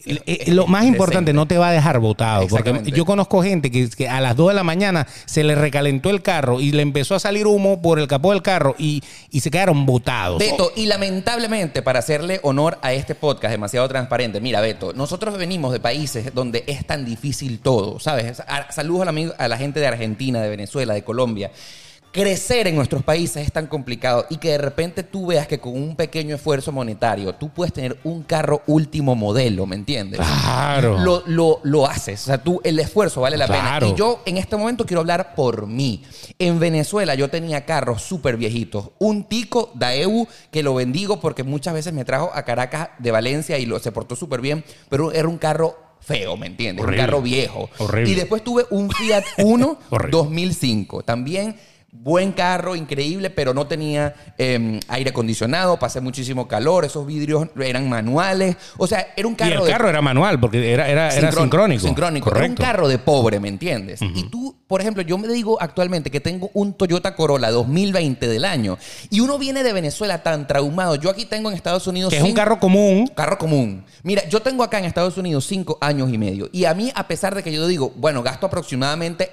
lo más importante,
decente.
no te va a dejar botado. Porque
Exactamente.
yo conozco gente que a las 2 de la mañana se le recalentó el carro y le empezó a salir humo por el capó del carro y se quedaron botados.
Beto, y lamentablemente, para hacerle honor a este podcast demasiado transparente, mira, Beto, nosotros venimos de países donde es tan difícil todo, ¿sabes? Saludos a la gente de Argentina, de Venezuela, de Colombia. Crecer en nuestros países es tan complicado y que de repente tú veas que con un pequeño esfuerzo monetario tú puedes tener un carro último modelo, ¿me entiendes?
Claro.
Lo haces, o sea, el esfuerzo vale la
Claro.
pena. Y yo en este momento quiero hablar por mí. En Venezuela yo tenía carros súper viejitos. Un Tico Daewoo que lo bendigo porque muchas veces me trajo a Caracas de Valencia y se portó súper bien, pero era un carro feo, ¿me entiendes?
Horrible.
Un carro viejo.
Horrible.
Y después tuve un Fiat Uno
Horrible.
2005. También buen carro, increíble, pero no tenía aire acondicionado, pasé muchísimo calor, esos vidrios eran manuales. O sea, era un
Y
carro
el carro era manual porque era sincrónico.
Sincrónico. Era un
Correcto.
carro de pobre, ¿me entiendes? Y tú, por ejemplo, yo me digo actualmente que tengo un Toyota Corolla 2020 del año y uno viene de Venezuela tan traumado. Yo aquí tengo en Estados Unidos...
Que es un carro común.
Carro común. Mira, yo tengo acá en Estados Unidos 5 años y medio. Y a mí, a pesar de que yo digo, bueno, gasto aproximadamente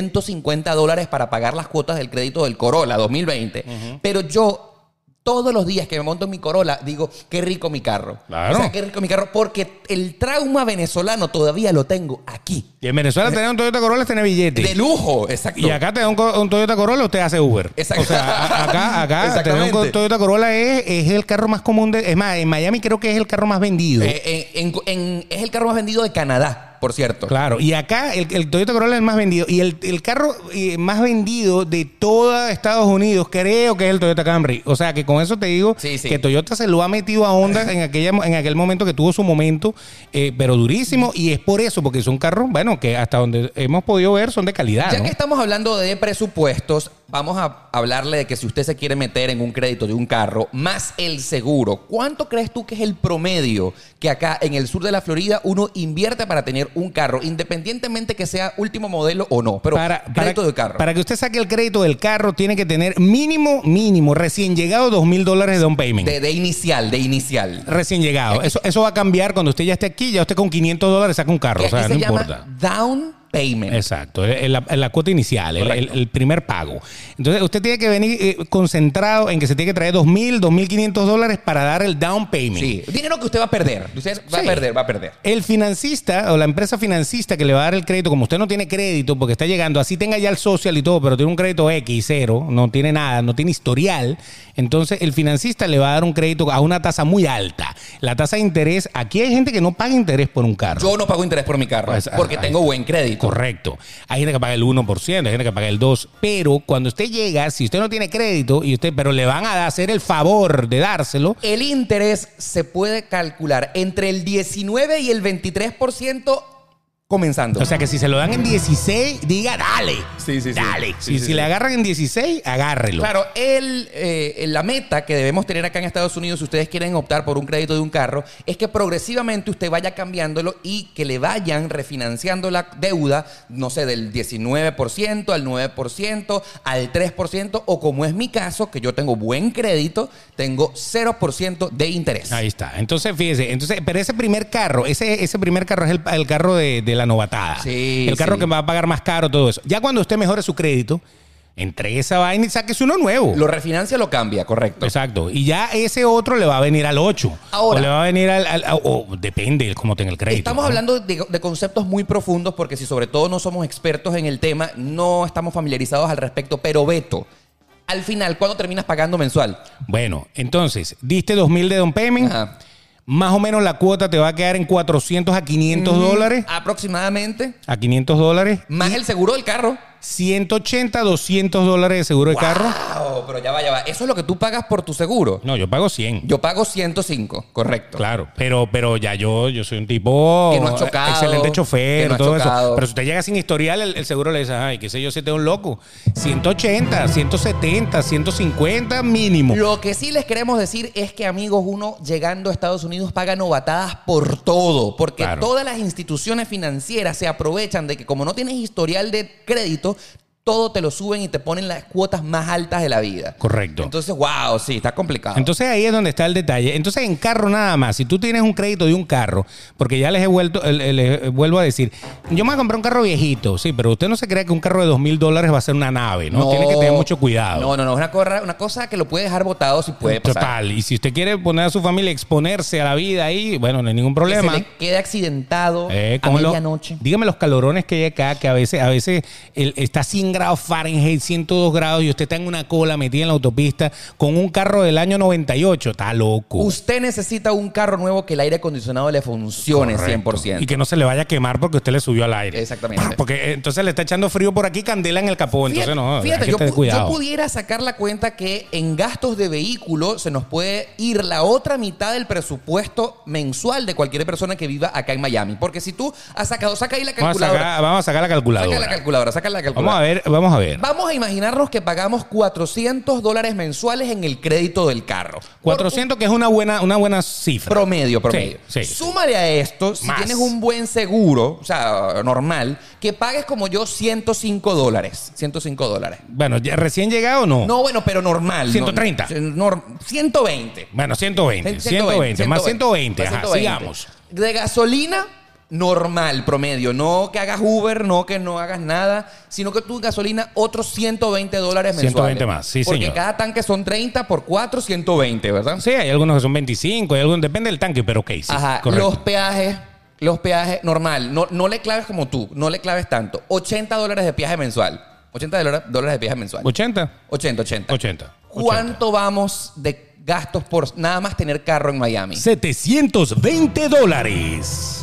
$550 para pagar las cuotas del crédito del Corolla 2020. Pero yo... Todos los días que me monto en mi Corolla, digo, qué rico mi carro.
Claro.
O sea, qué rico mi carro, porque el trauma venezolano todavía lo tengo aquí.
Y en Venezuela tener un Toyota Corolla es tener billete.
De lujo, exacto.
Y acá tener un Toyota Corolla usted hace Uber.
Exacto.
O sea, acá tener un
Exactamente.
Toyota Corolla es el carro más común. Es más, en Miami creo que es el carro más vendido.
Es el carro más vendido de Canadá, por cierto.
Claro, y acá el Toyota Corolla es el más vendido. Y el carro más vendido de todo Estados Unidos creo que es el Toyota Camry. O sea, que con eso te digo
Sí, sí.
que Toyota se lo ha metido a Honda en aquel momento que tuvo su momento, pero durísimo. Y es por eso, porque son carros, bueno, que hasta donde hemos podido ver son de calidad,
Ya
¿no?
que estamos hablando de presupuestos, vamos a hablarle de que si usted se quiere meter en un crédito de un carro, más el seguro, ¿cuánto crees tú que es el promedio que acá en el sur de la Florida uno invierte para tener un carro, independientemente que sea último modelo o no? Pero crédito de carro.
Para que usted saque el crédito del carro, tiene que tener mínimo, recién llegado, $2,000 de down payment.
De inicial.
Recién llegado. Eso va a cambiar cuando usted ya esté aquí, ya usted con $500 saca un carro.
Que
O sea,
aquí
no
se llama
importa.
down payment.
Exacto, la cuota inicial, el primer pago. Entonces, usted tiene que venir concentrado en que se tiene que traer $2,000, $2,500 para dar el down payment.
Sí, dinero que usted va a perder. Usted va
Sí.
a perder.
El financista o la empresa financista que le va a dar el crédito, como usted no tiene crédito porque está llegando, así tenga ya el social y todo, pero tiene un crédito X, cero, no tiene nada, no tiene historial, entonces el financista le va a dar un crédito a una tasa muy alta. La tasa de interés, aquí hay gente que no paga interés por un carro.
Yo no pago interés por mi carro
Pues,
porque tengo buen crédito.
Correcto. Hay gente que paga el 1%, hay gente que paga el 2%, pero cuando usted llega, si usted no tiene crédito, pero le van a hacer el favor de dárselo,
El interés se puede calcular entre el 19 y el 23% comenzando.
o sea que si se lo dan en 16, diga dale.
Sí, sí, sí.
Dale.
Sí,
si
sí,
le
sí.
agarran en 16, agárrelo.
Claro, la meta que debemos tener acá en Estados Unidos, si ustedes quieren optar por un crédito de un carro, es que progresivamente usted vaya cambiándolo y que le vayan refinanciando la deuda, no sé, del 19% al 9%, al 3%, o como es mi caso, que yo tengo buen crédito, tengo 0% de interés.
Ahí está. Entonces, fíjese, pero ese primer carro, ese primer carro es el carro de la novatada.
Sí,
el carro
sí.
que va a pagar más caro, todo eso. Ya cuando usted mejore su crédito, entregue esa vaina y sáquese uno nuevo.
Lo refinancia, lo cambia, correcto.
Exacto. Y ya ese otro le va a venir al 8.
Ahora.
O le va a venir o depende de cómo tenga el crédito.
Estamos
¿no?
hablando de conceptos muy profundos porque si sobre todo no somos expertos en el tema, no estamos familiarizados al respecto. Pero Beto, al final, ¿cuándo terminas pagando mensual?
Bueno, entonces, diste $2,000 de down payment.
Ajá.
Más o menos la cuota te va a quedar en $400 a $500.
Aproximadamente.
A $500.
Más el seguro del carro.
180, $200 de seguro de carro.
Wow, pero ya va. Eso es lo que tú pagas por tu seguro.
No, yo pago 100.
Yo pago 105, correcto.
Claro, pero ya yo soy un tipo
Que no has chocado,
excelente
que
chofer,
no has
todo
chocado.
eso. Pero si usted llega sin historial, el seguro le dice, ay, qué sé yo, si te un loco. 180, 170, 150 mínimo.
Lo que sí les queremos decir es que, amigos, uno llegando a Estados Unidos paga novatadas por todo. Porque
Claro.
todas las instituciones financieras se aprovechan de que como no tienes historial de crédito, todo te lo suben y te ponen las cuotas más altas de la vida.
Correcto.
Entonces, wow, sí, está complicado.
Entonces ahí es donde está el detalle. Entonces en carro nada más, si tú tienes un crédito de un carro, porque ya les vuelvo a decir, yo me voy a comprar un carro viejito, sí, pero usted no se crea que un carro de $2,000 va a ser una nave, ¿no? Tiene que tener mucho cuidado.
No, es una cosa que lo puede dejar botado si puede pasar.
Total, y si usted quiere poner a su familia, exponerse a la vida ahí, bueno, no hay ningún problema.
Que se le quede accidentado a medianoche.
Dígame los calorones que hay acá, que a veces está a 100 grados Fahrenheit, 102 grados, y usted está en una cola metida en la autopista con un carro del año 98. Está loco.
Usted necesita un carro nuevo que el aire acondicionado le funcione. Correcto. 100%.
Y que no se le vaya a quemar porque usted le subió al aire.
Exactamente.
Porque entonces le está echando frío por aquí, candela en el capó. Entonces
fíjate, yo pudiera sacar la cuenta que en gastos de vehículo se nos puede ir la otra mitad del presupuesto mensual de cualquier persona que viva acá en Miami. Porque si tú has sacado, saca ahí la calculadora.
Vamos a sacar la calculadora.
Saca la calculadora.
Vamos a ver.
Vamos a imaginarnos que pagamos $400 mensuales en el crédito del carro.
400, que es una buena cifra.
Promedio.
Sí.
Súmale a esto, si tienes un buen seguro, o sea, normal, que pagues como yo $105. $105.
Bueno, ¿ya recién llegado o no?
No, bueno, pero normal.
130.
120.
Bueno, 120. 120. Más 120. Ajá, sigamos.
De gasolina, normal, promedio. No que hagas Uber, no que no hagas nada, sino que tu gasolina, otros $120 mensuales.
120 más, sí,
porque
señor.
cada tanque son 30 por 4, 120, ¿verdad?
Sí, hay algunos que son 25, depende del tanque, pero ok, sí.
Ajá, correcto. Los peajes, normal. No le claves como tú, no le claves tanto. $80 de peaje mensual. $80 de peaje mensual.
80.
¿Cuánto vamos de gastos por nada más tener carro en Miami?
$720.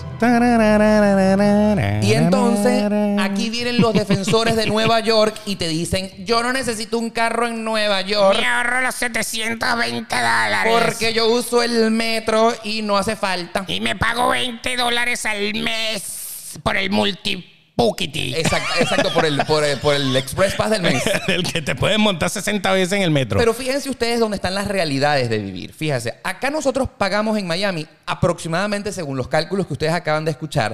Y entonces aquí vienen los defensores de Nueva York y te dicen, yo no necesito un carro en Nueva York.
Me ahorro los $720.
Porque yo uso el metro y no hace falta.
Y me pago $20 al mes por el multi-Pukiti.
Exacto, por el Express Pass del mes.
El que te puedes montar 60 veces en el metro.
Pero fíjense ustedes dónde están las realidades de vivir. Fíjense, acá nosotros pagamos en Miami aproximadamente, según los cálculos que ustedes acaban de escuchar,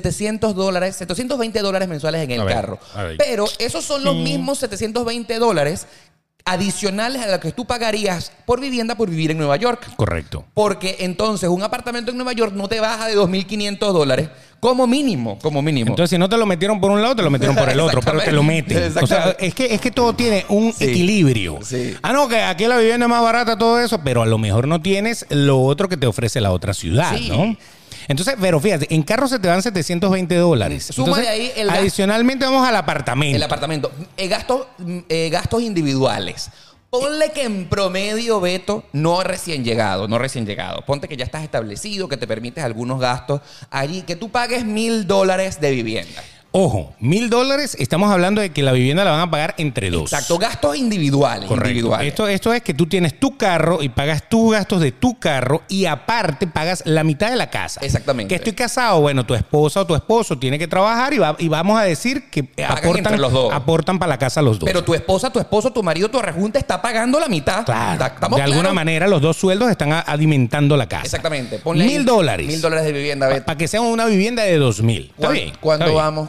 $720 mensuales en el carro. Pero esos son los mismos $720 adicionales a lo que tú pagarías por vivienda por vivir en Nueva York.
Correcto.
Porque entonces un apartamento en Nueva York no te baja de $2,500 como mínimo.
Entonces, si no te lo metieron por un lado, te lo metieron por el otro, pero te lo meten. O sea, es que todo tiene un equilibrio.
Sí.
No, que aquí la vivienda es más barata, todo eso, pero a lo mejor no tienes lo otro que te ofrece la otra ciudad, ¿no? Entonces, pero fíjate, en carro se te van $720.
Súmale ahí el
adicionalmente vamos al apartamento.
El apartamento. Gastos individuales. Ponle que en promedio, Beto, no recién llegado. Ponte que ya estás establecido, que te permites algunos gastos allí, que tú pagues $1,000 de vivienda.
Ojo, $1,000, estamos hablando de que la vivienda la van a pagar entre dos.
Exacto, gastos individuales.
Correcto. Esto es que tú tienes tu carro y pagas tus gastos de tu carro y aparte pagas la mitad de la casa.
Exactamente.
Que estoy casado, bueno, tu esposa o tu esposo tiene que trabajar y vamos a decir que aportan para la casa los dos.
Pero tu esposa, tu esposo, tu marido, tu rejunte está pagando la mitad.
Claro. De alguna manera los dos sueldos están alimentando la casa.
Exactamente. Ponle
$1,000.
$1,000 de vivienda, Beto.
Para que sea una vivienda de $2,000. ¿Está bien?
¿Cuánto vamos?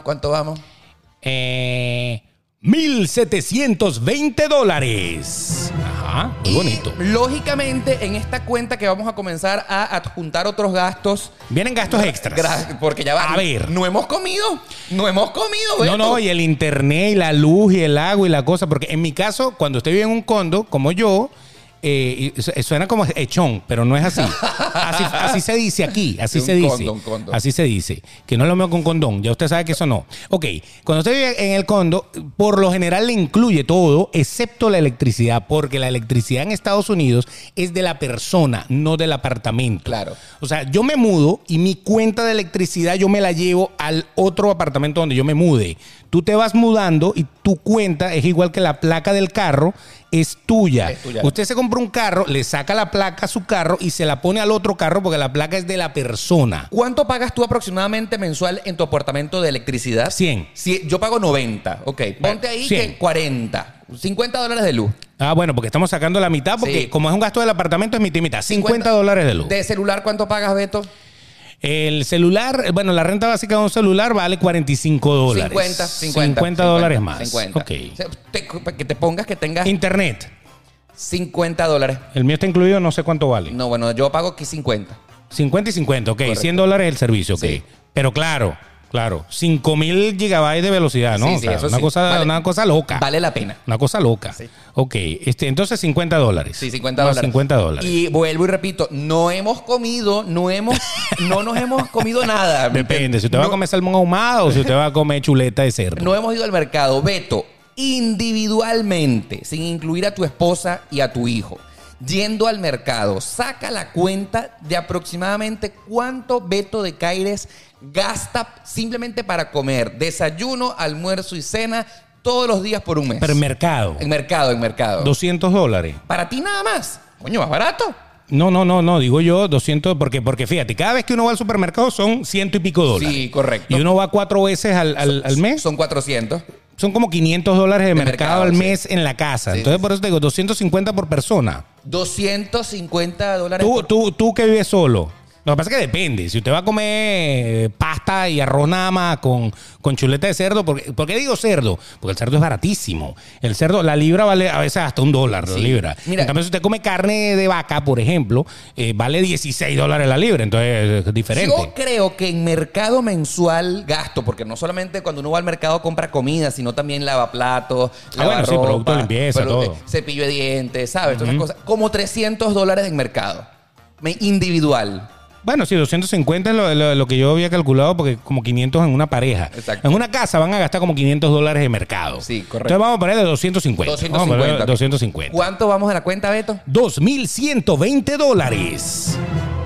$1,720. Ajá, muy bonito.
Lógicamente, en esta cuenta que vamos a comenzar a adjuntar otros gastos.
Vienen gastos extras.
Porque ya va.
A ver.
No hemos comido, Beto.
No, y el internet, y la luz, y el agua, y la cosa. Porque en mi caso, cuando usted vive en un condo, como yo, suena como echón, pero no es así. Así se dice aquí, así se dice.
Condo.
Así se dice. Que no es lo mismo con condón, ya usted sabe que eso no. Ok, cuando usted vive en el condo, por lo general le incluye todo, excepto la electricidad, porque la electricidad en Estados Unidos es de la persona, no del apartamento.
Claro.
O sea, yo me mudo y mi cuenta de electricidad yo me la llevo al otro apartamento donde yo me mude. Tú te vas mudando y tu cuenta es igual que la placa del carro, es tuya. Usted se compra un carro, le saca la placa a su carro y se la pone al otro carro porque la placa es de la persona.
¿Cuánto pagas tú aproximadamente mensual en tu apartamento de electricidad?
100.
Yo pago 90. Ok, ponte ahí
100.
que 40. $50 de luz.
Bueno, porque estamos sacando la mitad porque como es un gasto del apartamento es mitad y mitad. $50 de luz.
¿De celular cuánto pagas, Beto?
El celular, bueno, la renta básica de un celular vale $45. 50 dólares más.
50.
Ok.
O sea, que te pongas que tengas
Internet.
$50.
El mío está incluido, no sé cuánto vale.
No, bueno, yo pago aquí 50.
50 y 50, ok.
Correcto.
$100 el servicio, ok.
Sí.
Pero claro, 5.000 gigabytes de velocidad, ¿no?
Sí,
O
sí,
sea,
eso
una,
sí.
cosa, una cosa loca.
Vale la pena.
Una cosa loca.
Sí.
Ok, entonces $50.
Sí, $50.
$50.
Y vuelvo y repito, no nos hemos comido nada.
Depende, si usted va a
No-
comer salmón ahumado o si usted va a comer chuleta de cerdo.
No hemos ido al mercado, Beto, individualmente, sin incluir a tu esposa y a tu hijo. Yendo al mercado, saca la cuenta de aproximadamente cuánto Beto de Caires gasta simplemente para comer desayuno, almuerzo y cena todos los días por un mes.
Pero en mercado,
En mercado.
$200.
Para ti nada más. Coño, más barato.
No, digo yo 200, porque fíjate, cada vez que uno va al supermercado son $100 y pico.
Sí, correcto.
Y uno va 4 veces al mes.
Son 400.
Son como $500 de mercado
mercado,
al
sí.
mes en la casa.
Sí,
Entonces,
sí.
por eso te digo, 250 por persona.
$250.
Tú que vives solo. Lo que pasa es que depende. Si usted va a comer pasta y arroz nada más con chuleta de cerdo, ¿por qué digo cerdo? Porque el cerdo es baratísimo. El cerdo, la libra vale a veces hasta $1 la
Sí.
libra.
Mira.
En cambio, si usted come carne de vaca, por ejemplo, vale $16 la libra. Entonces es diferente.
Yo creo que en mercado mensual gasto, porque no solamente cuando uno va al mercado compra comida, sino también lavaplatos,
bueno, sí,
lavarropa,
producto de limpieza, todo.
cepillo de dientes, ¿sabes? Todas esas cosas. Como $300 en mercado. Individual.
Bueno, sí, 250 es lo que yo había calculado, porque como 500 en una pareja.
Exacto.
En una casa van a gastar como $500 de mercado.
Sí, correcto.
Entonces vamos a ponerle 250.
250.
Vamos a ponerle 250.
¿Cuánto vamos a la cuenta, Beto?
$2,120.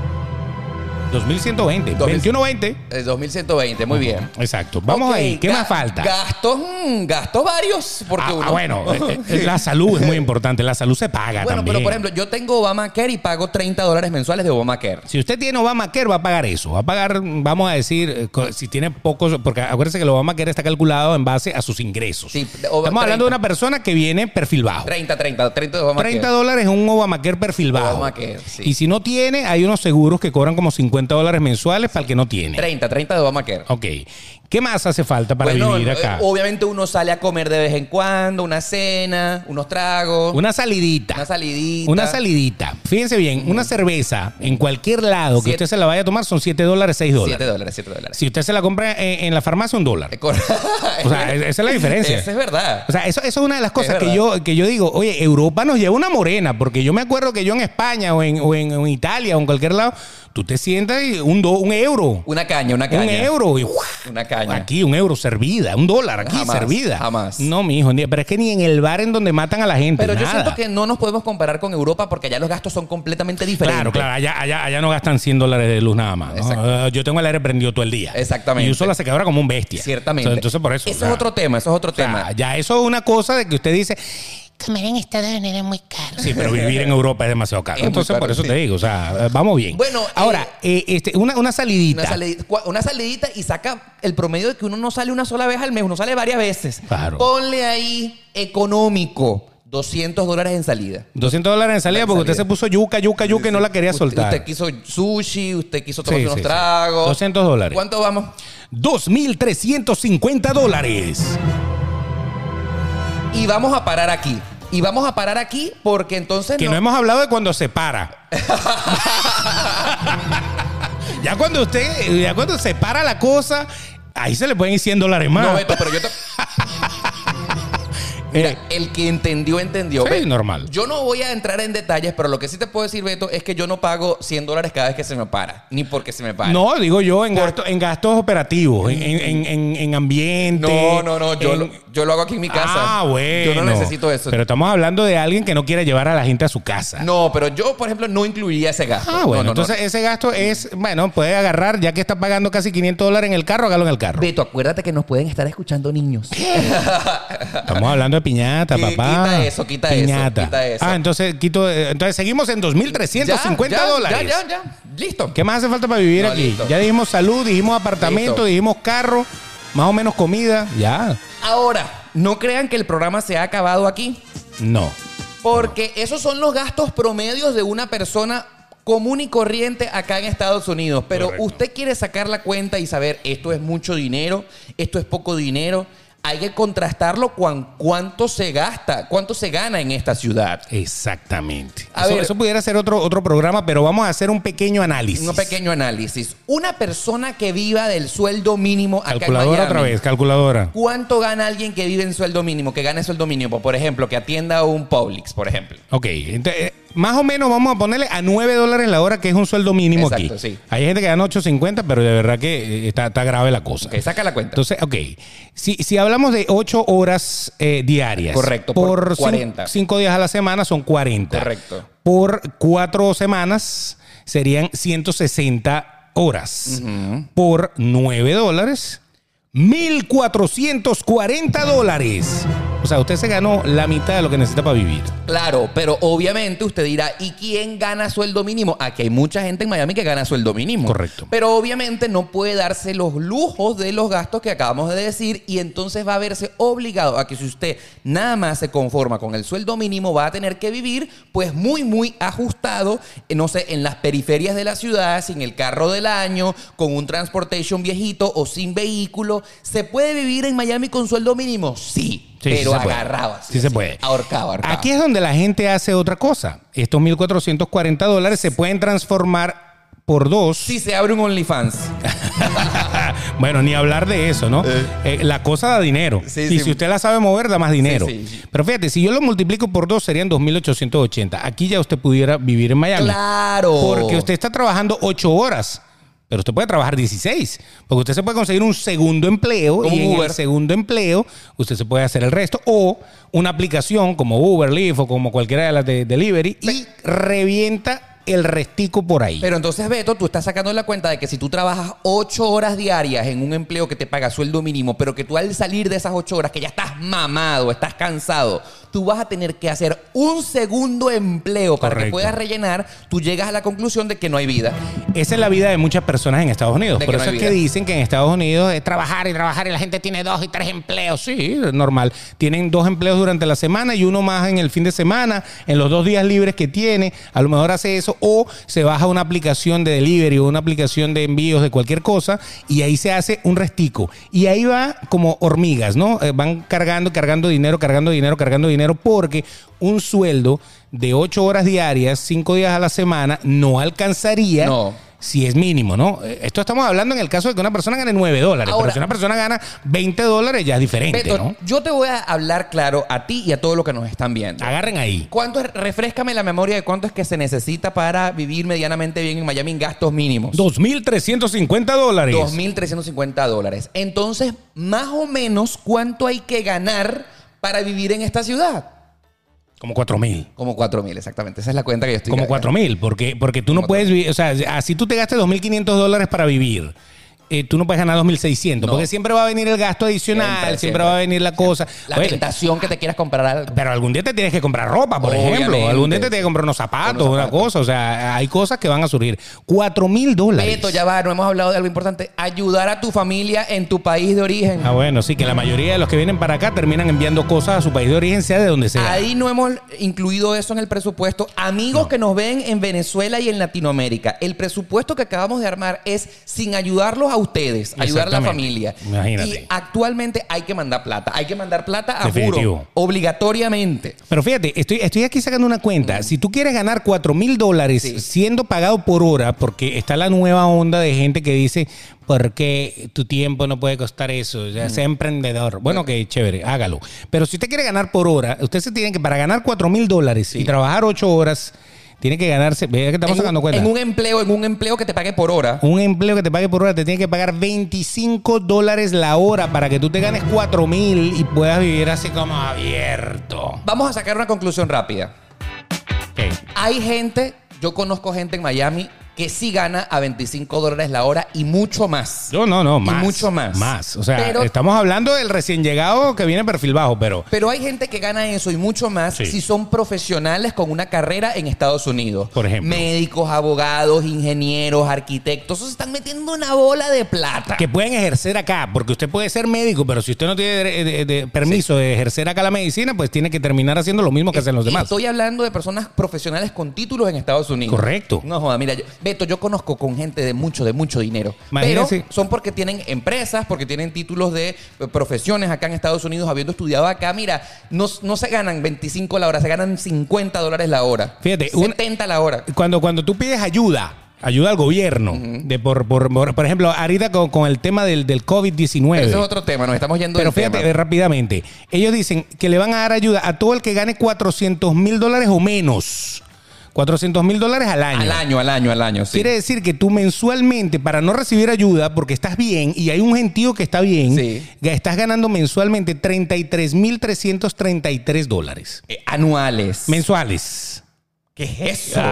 2.120. 21.20.
2120, muy bien.
Exacto. Vamos
Ok,
ahí. ¿Qué más falta?
Gastos varios. Porque uno.
Bueno, la salud es muy importante. La salud se paga
Bueno,
también.
pero por ejemplo, yo tengo Obamacare y pago $30 mensuales de Obamacare.
Si usted tiene Obamacare, va a pagar eso. Va a pagar, vamos a decir, si tiene pocos, porque acuérdese que el Obamacare está calculado en base a sus ingresos.
Sí,
Estamos hablando de una persona que viene perfil bajo.
30 de Obamacare.
$30 es un Obamacare perfil bajo.
Obamacare, sí.
Y si no tiene, hay unos seguros que cobran como $50 mensuales para el que no tiene.
30 de Obamacare.
Ok. ¿Qué más hace falta para vivir acá?
Obviamente uno sale a comer de vez en cuando, una cena, unos tragos,
Una salidita.
una salidita.
Una salidita. Fíjense bien, una cerveza en cualquier lado que
Siete-
usted se la vaya a tomar son $7, $6.
$7.
Si usted se la compra en la farmacia, $1. O sea, esa es la diferencia.
Esa es verdad.
O sea, eso es una de las cosas
Es
que yo digo, oye, Europa nos lleva una morena, porque yo me acuerdo que yo en España o en Italia o en cualquier lado, tú te sientas y un euro.
Una caña.
Un euro. Y,
Una caña.
aquí un euro servida, $1 aquí
Jamás,
servida.
jamás.
No, mijo, pero es que ni en el bar en donde matan a la gente.
Pero yo
nada.
siento que no nos podemos comparar con Europa porque allá los gastos son completamente diferentes.
Claro, allá no gastan $100 de luz nada más. ¿no?
Exacto.
Yo tengo el aire prendido todo el día.
Exactamente.
Y uso la secadora como un bestia.
Ciertamente.
Entonces, por eso.
Eso es otro tema,
O sea, ya eso es una cosa de que usted dice,
Comer en Estados Unidos es muy caro.
sí, pero vivir en Europa es demasiado caro.
Es muy
Entonces,
caro,
por eso
sí.
te digo, o sea, vamos bien.
Bueno,
ahora, una salidita.
Una salidita y saca el promedio de que uno no sale una sola vez al mes, uno sale varias veces.
Claro.
Ponle ahí económico. $200 en salida.
$200 en salida porque usted se puso yuca y no la quería soltar.
Usted quiso sushi, usted quiso tomar
Sí,
unos
sí, sí.
tragos.
$200.
¿Cuánto vamos?
$2,350.
Y vamos a parar aquí. Y vamos a parar aquí porque entonces
Que no hemos hablado de cuando se para. ya cuando se para la cosa, ahí se le pueden ir $100 más.
No, Beto, pero yo te... Mira, el que entendió.
Sí,
Ve,
normal.
Yo no voy a entrar en detalles, pero lo que sí te puedo decir, Beto, es que yo no pago $100 cada vez que se me para. Ni porque se me para.
No, digo yo en gastos operativos, en ambiente.
No. Yo lo hago aquí en mi casa.
Ah, bueno.
Yo no necesito eso.
Pero estamos hablando de alguien que no quiere llevar a la gente a su casa.
No, pero yo, por ejemplo, no incluiría ese gasto.
Ah, bueno.
No.
Entonces ese gasto es, bueno, puede agarrar, ya que está pagando casi $500 en el carro, hágalo en el carro.
Beto, acuérdate que nos pueden estar escuchando niños.
Estamos hablando de piñata,
Quita
papá.
quita
piñata.
eso.
Ah, entonces seguimos en $2,350.
Ya. Listo.
¿Qué más hace falta para vivir
No,
aquí?
listo.
Ya dijimos salud, dijimos apartamento,
Listo.
dijimos carro, más o menos comida. Ya.
Ahora, no crean que el programa se ha acabado aquí,
No.
porque esos son los gastos promedios de una persona común y corriente acá en Estados Unidos. Pero
Correcto.
usted quiere sacar la cuenta y saber, esto es mucho dinero, esto es poco dinero. Hay que contrastarlo con cuánto se gasta, cuánto se gana en esta ciudad.
Exactamente.
A ver.
Eso pudiera ser otro programa, pero vamos a hacer un pequeño análisis.
Un pequeño análisis. Una persona que viva del sueldo mínimo acá en
Calculadora
Miami.
otra vez, calculadora.
¿Cuánto gana alguien que vive en sueldo mínimo, que gane sueldo mínimo? Por ejemplo, que atienda a un Publix, por ejemplo.
Ok, entonces, más o menos vamos a ponerle a $9 la hora, que es un sueldo mínimo
Exacto,
aquí.
sí.
Hay gente que gana 8.50, pero de verdad que está grave la cosa.
Ok, saca la cuenta.
Entonces, ok, si hablamos de 8 horas diarias.
Correcto, por 40.
5 días a la semana son 40.
Correcto.
Por 4 semanas serían 160 horas. Por $9, $1,440. O sea, usted se ganó la mitad de lo que necesita para vivir.
Claro, pero obviamente usted dirá, ¿y quién gana sueldo mínimo? Aquí hay mucha gente en Miami que gana sueldo mínimo.
Correcto.
Pero obviamente no puede darse los lujos de los gastos que acabamos de decir y entonces va a verse obligado a que si usted nada más se conforma con el sueldo mínimo, va a tener que vivir pues muy ajustado, no sé, en las periferias de la ciudad, sin el carro del año, con un transportation viejito o sin vehículo. ¿Se puede vivir en Miami con sueldo mínimo? Sí.
Sí,
Pero
sí se puede.
agarrado así.
Sí se
así,
puede.
Ahorcado.
Aquí es donde la gente hace otra cosa. Estos $1,440 se pueden transformar por 2.
Si se abre un OnlyFans.
Bueno, ni hablar de eso, ¿no? La cosa da dinero.
Sí,
y
sí.
si usted la sabe mover, da más dinero.
Sí.
Pero fíjate, si yo lo multiplico por 2, serían 2,880. Aquí ya usted pudiera vivir en Miami.
Claro.
Porque usted está trabajando 8 horas. Pero usted puede trabajar 16, porque usted se puede conseguir un segundo empleo
Como
y en
Uber.
el segundo empleo usted se puede hacer el resto, o una aplicación como Uber, Lyft o como cualquiera de las de delivery y revienta el restico por ahí.
Pero entonces, Beto, tú estás sacando la cuenta de que si tú trabajas 8 horas diarias en un empleo que te paga sueldo mínimo, pero que tú al salir de esas 8 horas, que ya estás mamado, estás cansado, tú vas a tener que hacer un segundo empleo para que
Correcto.
puedas rellenar, tú llegas a la conclusión de que no hay vida.
Esa es la vida de muchas personas en Estados Unidos.
De
Por
que no
eso
hay
es que
vida.
dicen que en Estados Unidos es trabajar y trabajar y la gente tiene 2 y 3 empleos. Sí, es normal. Tienen 2 empleos durante la semana y uno más en el fin de semana, en los 2 días libres que tiene. A lo mejor hace eso o se baja una aplicación de delivery o una aplicación de envíos de cualquier cosa y ahí se hace un restico. Y ahí va como hormigas, ¿no? Van cargando dinero porque un sueldo de 8 horas diarias, 5 días a la semana, no alcanzaría si es mínimo, ¿no? Esto estamos hablando en el caso de que una persona gane $9.
Ahora,
pero si una persona gana $20 ya es diferente,
Beto,
¿no?
yo te voy a hablar claro a ti y a todos los que nos están viendo.
Agarren ahí.
¿Cuánto es, refréscame la memoria de cuánto es que se necesita para vivir medianamente bien en Miami en gastos mínimos?
$2,350.
$2,350. Entonces, más o menos, ¿cuánto hay que ganar para vivir en esta ciudad?
Como 4,000.
Como 4,000, exactamente. Esa es la cuenta que yo estoy
Como 4,000, porque tú no
Como
puedes vivir, o sea, así tú te gastes $2,500 para vivir. Tú no puedes ganar 2,600, porque siempre va a venir el gasto adicional, siempre va a venir la cosa.
La
Oye,
tentación que te quieras comprar algo.
pero algún día te tienes que comprar ropa, por ejemplo.
Obviamente.
Algún día te tienes que comprar unos zapatos,
Unos
una
zapatos.
cosa. O sea, hay cosas que van a surgir. $4,000.
Beto, ya va, no hemos hablado de algo importante. Ayudar a tu familia en tu país de origen.
Ah, bueno, sí, que la mayoría de los que vienen para acá terminan enviando cosas a su país de origen, sea de donde sea.
Ahí no hemos incluido eso en el presupuesto. Amigos que nos ven en Venezuela y en Latinoamérica, el presupuesto que acabamos de armar es sin ayudarlos a ustedes, ayudar a la
Exactamente.
familia.
Imagínate.
Y actualmente hay que mandar plata. Hay que mandar plata a
Definitivo.
juro, obligatoriamente.
Pero fíjate, estoy aquí sacando una cuenta. Si tú quieres ganar $4,000
Sí.
siendo pagado por hora, porque está la nueva onda de gente que dice, ¿por qué tu tiempo no puede costar eso? O sea, sea emprendedor. Bueno, que chévere, hágalo. Pero si usted quiere ganar por hora, usted se tiene que, para ganar $4,000 y trabajar 8 horas, tiene que ganarse, vea que estamos sacando cuenta.
En un empleo que te pague por hora.
Un empleo que te pague por hora te tiene que pagar $25 la hora para que tú te ganes 4,000 y puedas vivir así como abierto.
Vamos a sacar una conclusión rápida.
Okay.
Hay gente, yo conozco gente en Miami que sí gana a $25 la hora y mucho más.
No, más.
Y mucho más.
Más. O sea,
Pero
estamos hablando del recién llegado que viene perfil bajo, pero...
Pero hay gente que gana eso y mucho más
Sí.
si son profesionales con una carrera en Estados Unidos.
Por ejemplo.
Médicos, abogados, ingenieros, arquitectos. Se están metiendo una bola de plata.
Que pueden ejercer acá, porque usted puede ser médico, pero si usted no tiene permiso de ejercer acá la medicina, pues tiene que terminar haciendo lo mismo que hacen los
Y
demás.
estoy hablando de personas profesionales con títulos en Estados Unidos.
Correcto.
No joda, mira, Beto, yo conozco con gente de mucho dinero.
Imagínese.
Pero son porque tienen empresas, porque tienen títulos de profesiones acá en Estados Unidos, habiendo estudiado acá. Mira, no se ganan 25 la hora, se ganan $50 la hora.
Fíjate,
70 la hora.
Cuando tú pides ayuda al gobierno, de por ejemplo, ahorita con el tema del COVID-19.
Pero eso es otro tema, nos estamos yendo
Pero
del
fíjate,
tema.
rápidamente, ellos dicen que le van a dar ayuda a todo el que gane $400,000 o menos. $400,000 al año.
Al año, sí.
Quiere decir que tú mensualmente, para no recibir ayuda, porque estás bien y hay un gentío que está bien,
Sí.
estás ganando mensualmente $33,333.
Anuales.
mensuales.
¿Qué es eso?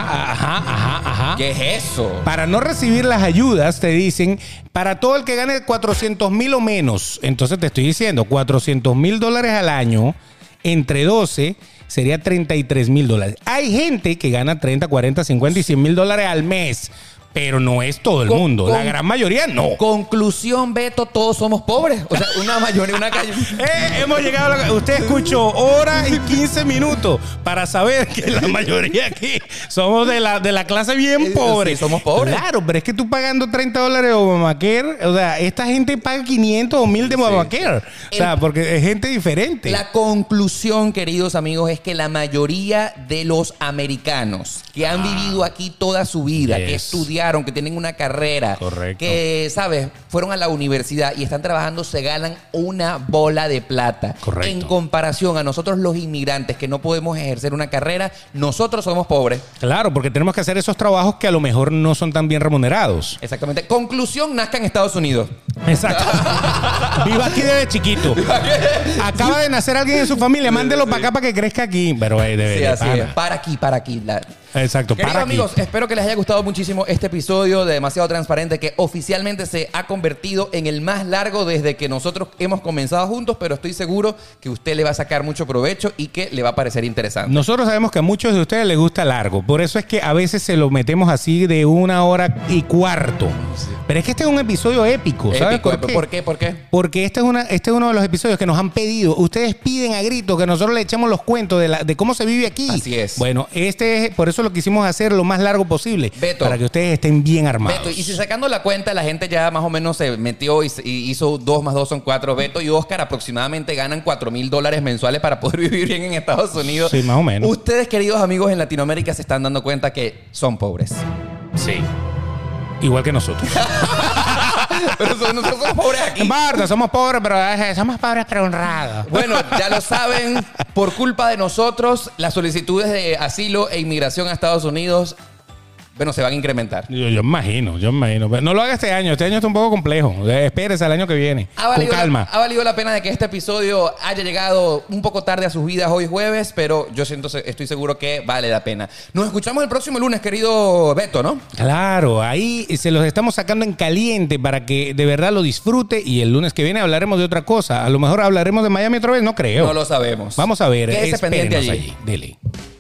Ajá.
¿Qué es eso?
Para no recibir las ayudas, te dicen, para todo el que gane $400,000 o menos. Entonces te estoy diciendo, $400,000 al año, entre 12, sería $33,000. Hay gente que gana 30, 40, 50 y $100,000 al mes. Pero no es todo el mundo. La gran mayoría no.
Conclusión, Beto, todos somos pobres. O sea, una mayoría, una calle.
Hemos llegado a usted escuchó hora y 15 minutos para saber que la mayoría aquí somos de la clase bien pobre.
Sí, somos pobres.
Claro, pero es que tú pagando $30 de Obamacare, o sea, esta gente paga 500 o 1,000 de Obamacare. O sea, porque es gente diferente.
La conclusión, queridos amigos, es que la mayoría de los americanos que han vivido aquí toda su vida, que
Yes.
estudiaron, que tienen una carrera,
Correcto.
que, ¿sabes? Fueron a la universidad y están trabajando, se ganan una bola de plata.
Correcto.
En comparación a nosotros los inmigrantes que no podemos ejercer una carrera, nosotros somos pobres.
Claro, porque tenemos que hacer esos trabajos que a lo mejor no son tan bien remunerados.
Exactamente. Conclusión, nazca en Estados Unidos.
Exacto. Viva aquí desde chiquito. Acaba de nacer alguien en su familia, mándelo para acá para que crezca aquí. Pero
Sí, así es. Para aquí.
Exacto,
Queridos
para aquí.
amigos, espero que les haya gustado muchísimo este episodio de Demasiado Transparente, que oficialmente se ha convertido en el más largo desde que nosotros hemos comenzado juntos, pero estoy seguro que usted le va a sacar mucho provecho y que le va a parecer interesante.
Nosotros sabemos que a muchos de ustedes les gusta largo, por eso es que a veces se lo metemos así de 1 hora y cuarto. Pero es que este es un episodio épico, ¿sabes
Épico,
por qué?
¿Por qué?
Porque este es uno de los episodios que nos han pedido. Ustedes piden a grito que nosotros le echemos los cuentos de cómo se vive aquí.
Así es.
Bueno, por eso lo quisimos hacer lo más largo posible.
Beto.
Para que ustedes estén bien armados.
Beto, y si sacando la cuenta, la gente ya más o menos se metió y hizo 2 más 2 son 4. Beto y Oscar aproximadamente ganan $4,000 mensuales para poder vivir bien en Estados Unidos.
Sí, más o menos.
Ustedes, queridos amigos en Latinoamérica, se están dando cuenta que son pobres.
Sí. Igual que nosotros.
Pero nosotros somos pobres aquí.
En parte, somos pobres, pero somos pobres pero honrados.
Bueno, ya lo saben, por culpa de nosotros, las solicitudes de asilo e inmigración a Estados Unidos, bueno, se van a incrementar.
Yo imagino. Pero no lo haga este año está un poco complejo. Espérese al año que viene. Con calma.
Ha valido la pena de que este episodio haya llegado un poco tarde a sus vidas hoy jueves, pero yo estoy seguro que vale la pena. Nos escuchamos el próximo lunes, querido Beto, ¿no?
Claro, ahí se los estamos sacando en caliente para que de verdad lo disfrute y el lunes que viene hablaremos de otra cosa. A lo mejor hablaremos de Miami otra vez, no creo.
No lo sabemos.
Vamos a ver.
Quédese pendiente
Espérenos
allí.
Dele.